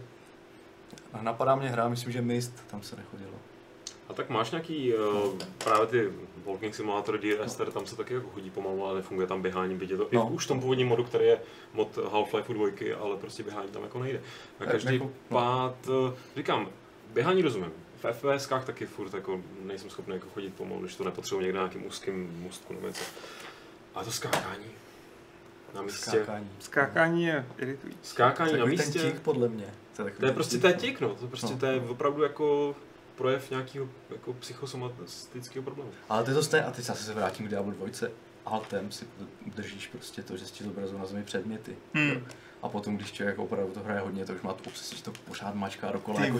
napadá mě hra, myslím, že Myst, tam se nechodilo. A tak máš nějaký, právě ty Walking Simulator, Dear Esther, tam se taky jako chodí pomalu, ale nefunguje tam běhání, byť je to i už v tom původním modu, který je mod Half-Life 2, ale prostě běhání tam jako nejde. A každý pád, říkám, běhání rozumím. V FPSkách taky furt jako nejsem schopný jako chodit pomalu, když to nepotřebuji někde na nějakým úzkým můstku nebo něco. A to skákání. Na místě. Skákání je iritující. Skákání na místě. Ten tík podle mě. To je prostě tík, no. To prostě to je opravdu jako projev nějakého jako psychosomatického problému. Ale ty to stejně, a teď zase se vrátím k Diablo 2, altem si držíš prostě to, že ti zobrazují na zemi předměty. A potom, když člověk opravdu to hraje hodně, to už má tu obsesi, že to pořád mačká dokola jako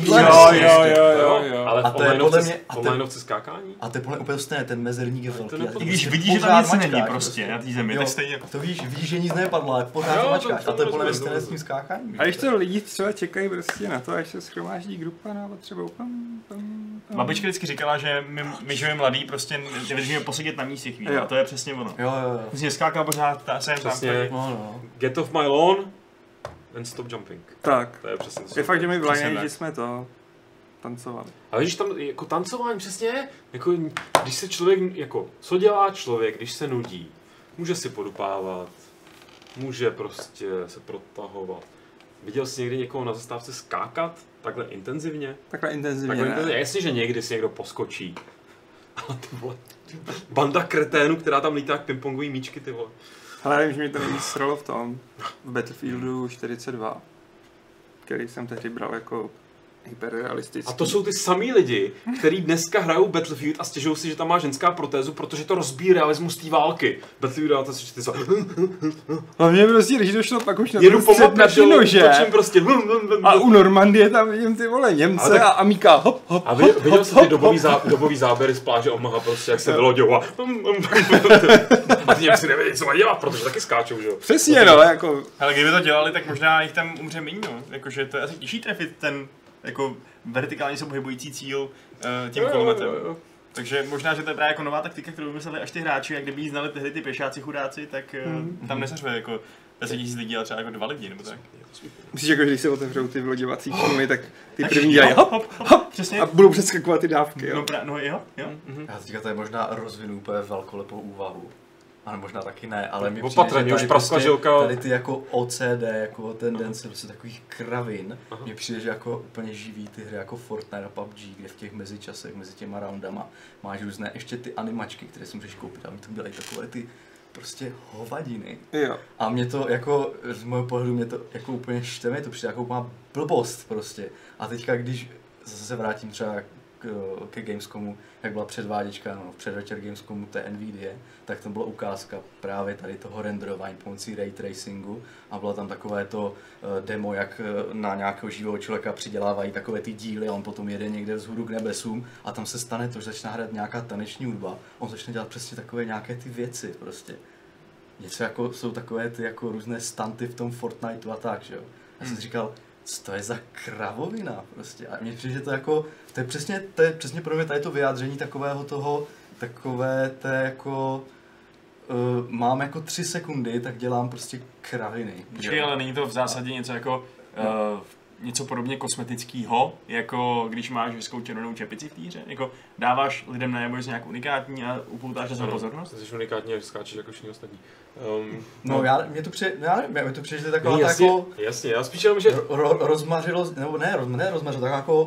jo. Ale v onlineovce skákání? A to je podle mě úplně stejné, ten mezerník je velký. I když vidíš, že tam nic není prostě na té zemi, tak stejně. To vidíš, že nic nepadlo, ale pořád mačkáš. A to je podle mě stejné s tím skákáním. A když to lidi třeba čekají prostě na to, až se schromáždí grupa na potřebou. Babička vždycky říkala, že my žijeme mladí, prostě nevydržíme posedět na místě chvíli. A to je přesně ono. Jo. Musíme skákat pořád, sem tam. Get off my lawn and stop jumping. Tak. To je přesně to. Je fakt, že mi vlajení, že jsme to tancovali. Ale když tam jako tancování přesně, jako když se člověk, jako co dělá člověk, když se nudí? Může si podupávat, může prostě se protahovat. Viděl jsi někdy někoho na zastávce skákat takhle intenzivně? Takhle intenzivně. Jasně, že někdy si někdo poskočí. Ale ty vole, banda kreténů, která tam lítá jak pingpongový míčky, ty vole. Ale vím, že mi to nejvíc sralo v tom, v Battlefieldu 42, který jsem tehdy bral jako hyperrealistický. A to jsou ty samý lidi, kteří dneska hrajou Battlefield a stěžují si, že tam má ženská protézu, protože to rozbíjí realismus té války. Battlefield 2042. Hlavně prostě, když došlo pak už na jedu po mapě, točím prostě. A u Normandie tam vidím ty vole Němce a Amíka hop, hop, a viděl jsi ty dobový záběry z pláže Omaha, prostě jak se vylodějou a ty Němci nevědí, co mají dělat, protože taky skáčou, že jo. Přesně, no, jako. Ale kdyby to dělali, tak možná jich tam umře méně, no. Jakože to je asi těžší trefit ten jako vertikálně se pohybující cíl tím kulometem. Takže možná, že to je právě jako nová taktika, kterou vymysleli až ty hráči, a kdyby jí znali tehdy ty pěšáci chudáci, tak tam neseřve jako 10 000 lidí, ale třeba jako 2 lidi, nebo tak. Myslíš, jako, že když se otevřou ty vyloďovací čluny, tak ty první dělají hop, přesně. A budou přeskakovat ty dávky, jo? No jo. Já si říkám, to je možná rozvinu úplně velkolepou úvahu. Ale možná taky ne, ale mi přijde, že tady ty jako OCD, jako tendence, prostě takových kravin, mně přijde, že jako úplně živí ty hry jako Fortnite a PUBG, kde v těch mezičasech, mezi těma roundama máš různé ještě ty animačky, které si můžeš koupit a mi tam dělají takové ty prostě hovadiny. Jo. A mě to jako, z mého pohledu mě to jako úplně štve, mě to přijde jako má blbost prostě. A teďka, když se vrátím třeba ke Gamescomu, jak byla předváděčka, předvečer Gamescomu té Nvidia, tak tam byla ukázka právě tady toho renderování pomocí ray tracingu a bylo tam takové to demo, jak na nějakého živého člověka přidělávají takové ty díly a on potom jede někde vzhůru k nebesům a tam se stane to, že začne hrát nějaká taneční hudba, on začne dělat přesně takové nějaké ty věci prostě. Něco jako jsou takové ty jako různé stunty v tom Fortniteu a tak, že jo. Já jsem si říkal, co to je za kravovina prostě. A mně přijde, že to jako, to je přesně pro mě tady to vyjádření takového toho, takové té jako, mám jako 3 sekundy, tak dělám prostě kraviny. Počkej, ale není to v zásadě něco jako, něco podobně kosmetického, jako když máš hezkou červenou čepici v týře? Jako dáváš lidem najevo, že jsi nějak unikátní a upoutáš na svou pozornost? Jsi unikátní a skáčeš jako všichni ostatní. Mě to přijde, že to je taková jako... Jasně, já spíš jenom, že... Rozmařilost, nebo ne rozmařilost, tak jako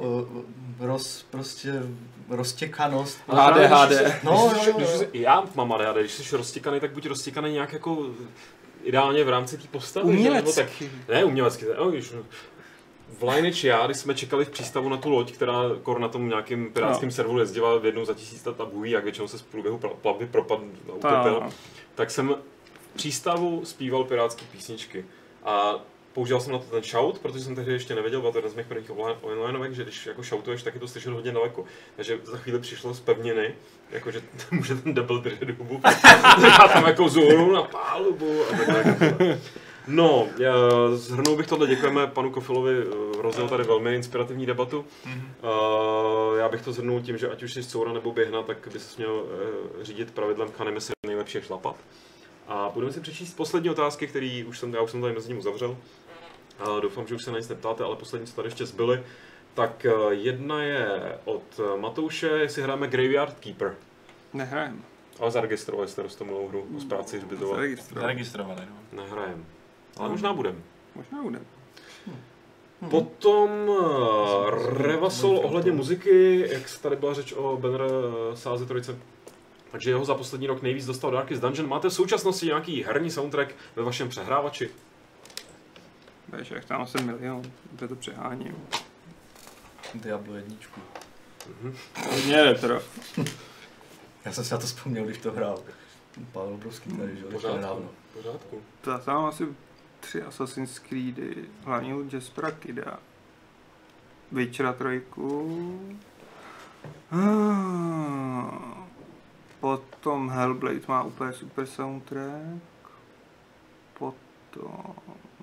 roztěkanost. ADHD. Já mám ADHD, když jsi roztěkaný, tak buď roztěkaný nějak jako ideálně v rámci té postavy. Umělecky. Ne, umělecky. V Lineage když jsme čekali v přístavu na tu loď, která na tom nějakým pirátském serveru jezdila v jednou za 1000 let a bůh ví, jak většinou se z průběhu plavby propadl a utopil, tak jsem v přístavu zpíval pirátské písničky. A používal jsem na to ten shout, protože jsem tehdy ještě nevěděl, bylo to jeden z mých prvních onlineovek, že když jako shoutuješ, tak je to slyšet hodně daleko. Takže za chvíli přišlo z pevniny, jakože může ten double držet hubu, já tam jako zůru na pálubu a takhle. No, shrnul bych tohle, děkujeme panu Kofilovi, rozjel tady velmi inspirativní debatu. Já bych to shrnul tím, že ať už jsi coura nebo běhna, tak by se měl řídit pravidlem Chanem si nejlepší je šlapat. A budeme si přečíst poslední otázky, které já už jsem tady mezi ním uzavřel. Doufám, že už se na nic neptáte, ale poslední, co tady ještě zbyly. Tak jedna je od Matouše, jestli hrajeme Graveyard Keeper. Nehrajeme. Ale zaregistrovali jste rostomilou hru z práci hřbitova. Zaregistrovali, no. Nehrajeme. Ale možná budem. Hm. Potom Revasol ohledně muziky, jak tady byla řeč o Banner Saga 3. Takže jeho za poslední rok nejvíc dostal Darkest Dungeon. Máte v současnosti nějaký herní soundtrack ve vašem přehrávači? Takže jak tam asi milion, to přeháním. Diablo 1. Ne, teda. Já jsem si na to vzpomněl, když to hrál. Pavel Brovský tady, že ještě nedávno. Pořádku. To tam asi 3 Assassin's Creedy, hlavně od Jaspera Kidda. Witchera 3. Potom Hellblade má úplně super soundtrack. Potom...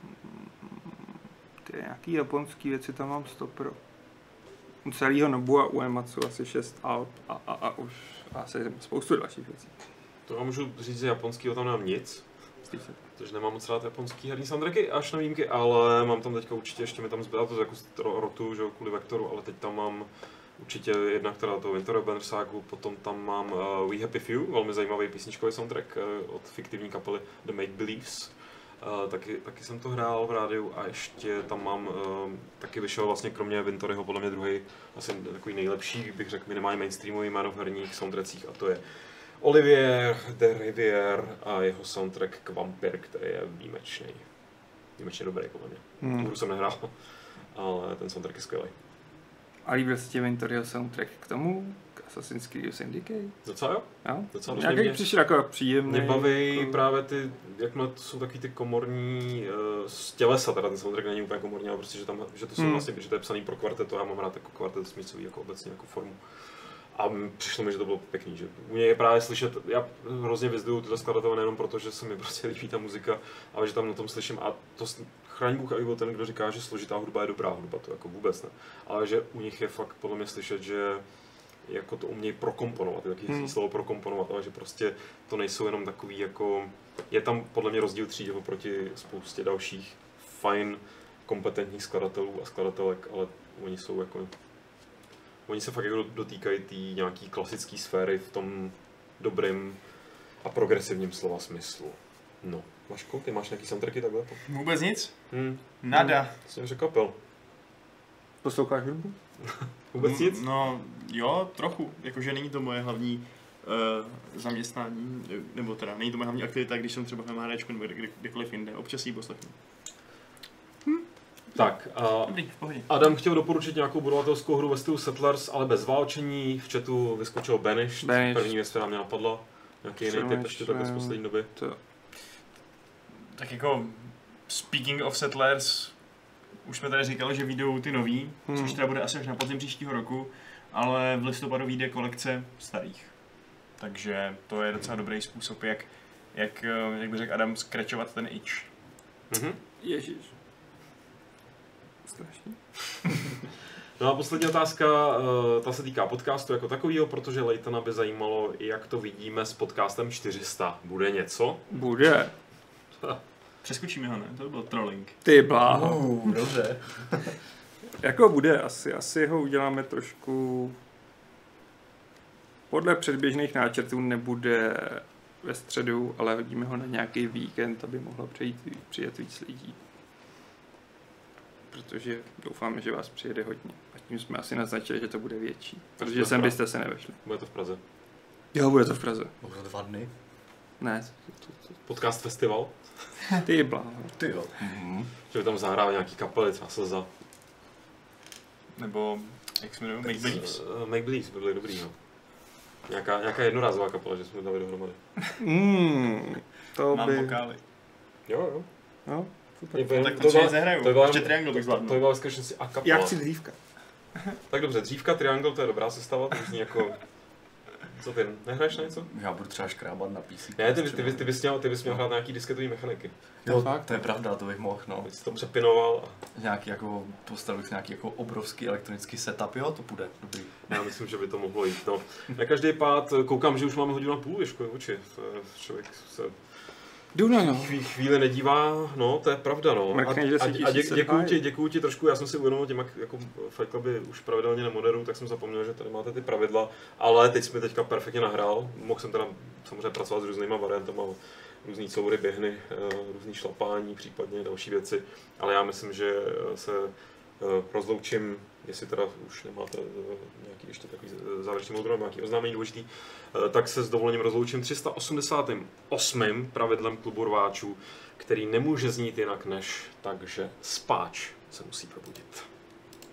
nějaký japonský věci tam mám 100%. U celého Nobua Uematsu asi 6 alb a už asi spoustu dalších věcí. To vám můžu říct, že japonskýho tam nemám nic. Protože nemám moc rád japonský herní soundtracky, až na výjimky, ale mám tam teďka určitě, ještě mi tam zbyla to jako rotu, že kvůli Vektoru, ale teď tam mám určitě jednak teda toho Winter of Banner Sagu, potom tam mám We Happy Few, velmi zajímavý písničkový soundtrack od fiktivní kapely The Make Believes. Taky jsem to hrál v rádiu a ještě tam mám, taky vyšel vlastně kromě Wintoryho podle mě druhý, asi takový nejlepší, bych řekl minimálně mainstreamový jméno v herních soundtrackích a to je Olivier de Rivière a jeho soundtrack k Vampire, který je výjimečný. Výjimečně dobrý podle mě. Tu hru jsem nehrál, ale ten soundtrack je skvělý. A líbil se ti Wintoryho soundtrack k tomu? K Assassin's Creed Syndicate? Docela jo? Docela nějaký přišel jako příjemný. Mě baví právě ty, jakmile to jsou takový ty komorní z tělesa, teda ten soundtrack není úplně komorní, ale prostě, že to jsou vlastně, že to je psaný pro kvarteto, já mám rád jako kvartet smícový jako obecně jako formu. A přišlo mi, že to bylo pěkný, že u něj je právě slyšet, já hrozně vyzduju tyhle skladatele nejenom proto, že se mi prostě líbí ta muzika, ale že tam na tom slyším a to chraň Bůh, aby byl ten, kdo říká, že složitá hudba je dobrá hudba, to jako vůbec ne. Ale že u nich je fakt podle mě slyšet, že jako to umějí prokomponovat, je taky slovo prokomponovat, ale že prostě to nejsou jenom takový jako, je tam podle mě rozdíl tříd oproti spoustě dalších fajn, kompetentních skladatelů a skladatelek, ale oni jsou jako, oni se fakt jako dotýkají té nějaký klasické sféry v tom dobrým a progresivním slova smyslu. No, Vaško, ty máš nějaký soundtracky takhle? Vůbec nic? Nada. Jsem řekl kapel. Posloucháš hudbu? Vůbec nic? No, jo, trochu. Jakože není to moje hlavní zaměstnání, nebo teda není to moje hlavní aktivita, když jsem třeba v MHDčku nebo kdekoliv jinde. Občas jí poslechnu. Tak, dobrý, v pohodě. Adam chtěl doporučit nějakou budovatelskou hru ve stylu Settlers, ale bez válčení. V chatu vyskočil Banished. První věc, která mě napadla. Nějaký jiný typ ještě takhle z poslední doby. Tak jako, speaking of Settlers, už jsme tady říkali, že vyjdou ty nový, což teda bude asi až na podzim příštího roku, ale v listopadu vyjde kolekce starých. Takže to je docela dobrý způsob, jak by řekl Adam, skračovat ten itch. Ježiš. Strašně. No a poslední otázka, ta se týká podcastu jako takového, protože Leightona by zajímalo, jak to vidíme s podcastem 400. Bude něco? Bude. Přeskočíme ho, ne? To byl trolling. Ty bláho. Dobře. Jako bude asi ho uděláme trošku... Podle předběžných náčrtů nebude ve středu, ale hodíme ho na nějaký víkend, aby mohlo přijet víc lidí. Protože doufáme, že vás přijede hodně. A tím jsme asi naznačili, že to bude větší. Protože sem byste se nevešli. Bude to v Praze. Jo, bude to v Praze. Bude to 2 dny? Ne. Podcast festival? Ty bláho. Ty jo. Že by tam zahrál nějaký kapely, třeba Slza. Nebo, jak se jmenuje, Make Believes. Make Believes by byly dobrý, no. Nějaká jednorázová kapela, že jsme dali dohromady. To mám by... vokály. Jo. No, super. Tak to nic nehraju, ještě Triangle bych zvládnu. To by byla skutečnosti a kapela. Já chci dřívka. Tak dobře, dřívka, Triangle, to je dobrá sestava, to zní jako... Co ty, nehraješ na něco? Já budu třeba škrábat na PC. Ne, ty bys měl hrát nějaký disketový mechaniky. Jo, to je pravda, to bych mohl, no. Ty jsi to přepinoval a... Nějaký jako, postavil bych nějaký jako obrovský elektronický setup, jo, to bude dobrý. Já myslím, že by to mohlo jít, no. Na každý pád koukám, že už máme 1:30, Ježko, oči. Člověk se... Chvíli nedívá, no, to je pravda, no. Děkuju ti trošku, já jsem si uvědomil tím, jak jako Fight Cluby už pravidelně nemoderuju, tak jsem zapomněl, že tady máte ty pravidla, ale teď jsi mi teďka perfektně nahrál. Mohl jsem teda samozřejmě pracovat s různýma variantama, různý soury, běhny, různý šlapání, případně další věci, ale já myslím, že se rozloučím, jestli teda už nemáte nějaký ještě takový závěrečný modul, nějaký oznámení důležitý, tak se s dovolením rozloučím 388. pravidlem klubu rváčů, který nemůže znít jinak než takže spáč se musí probudit.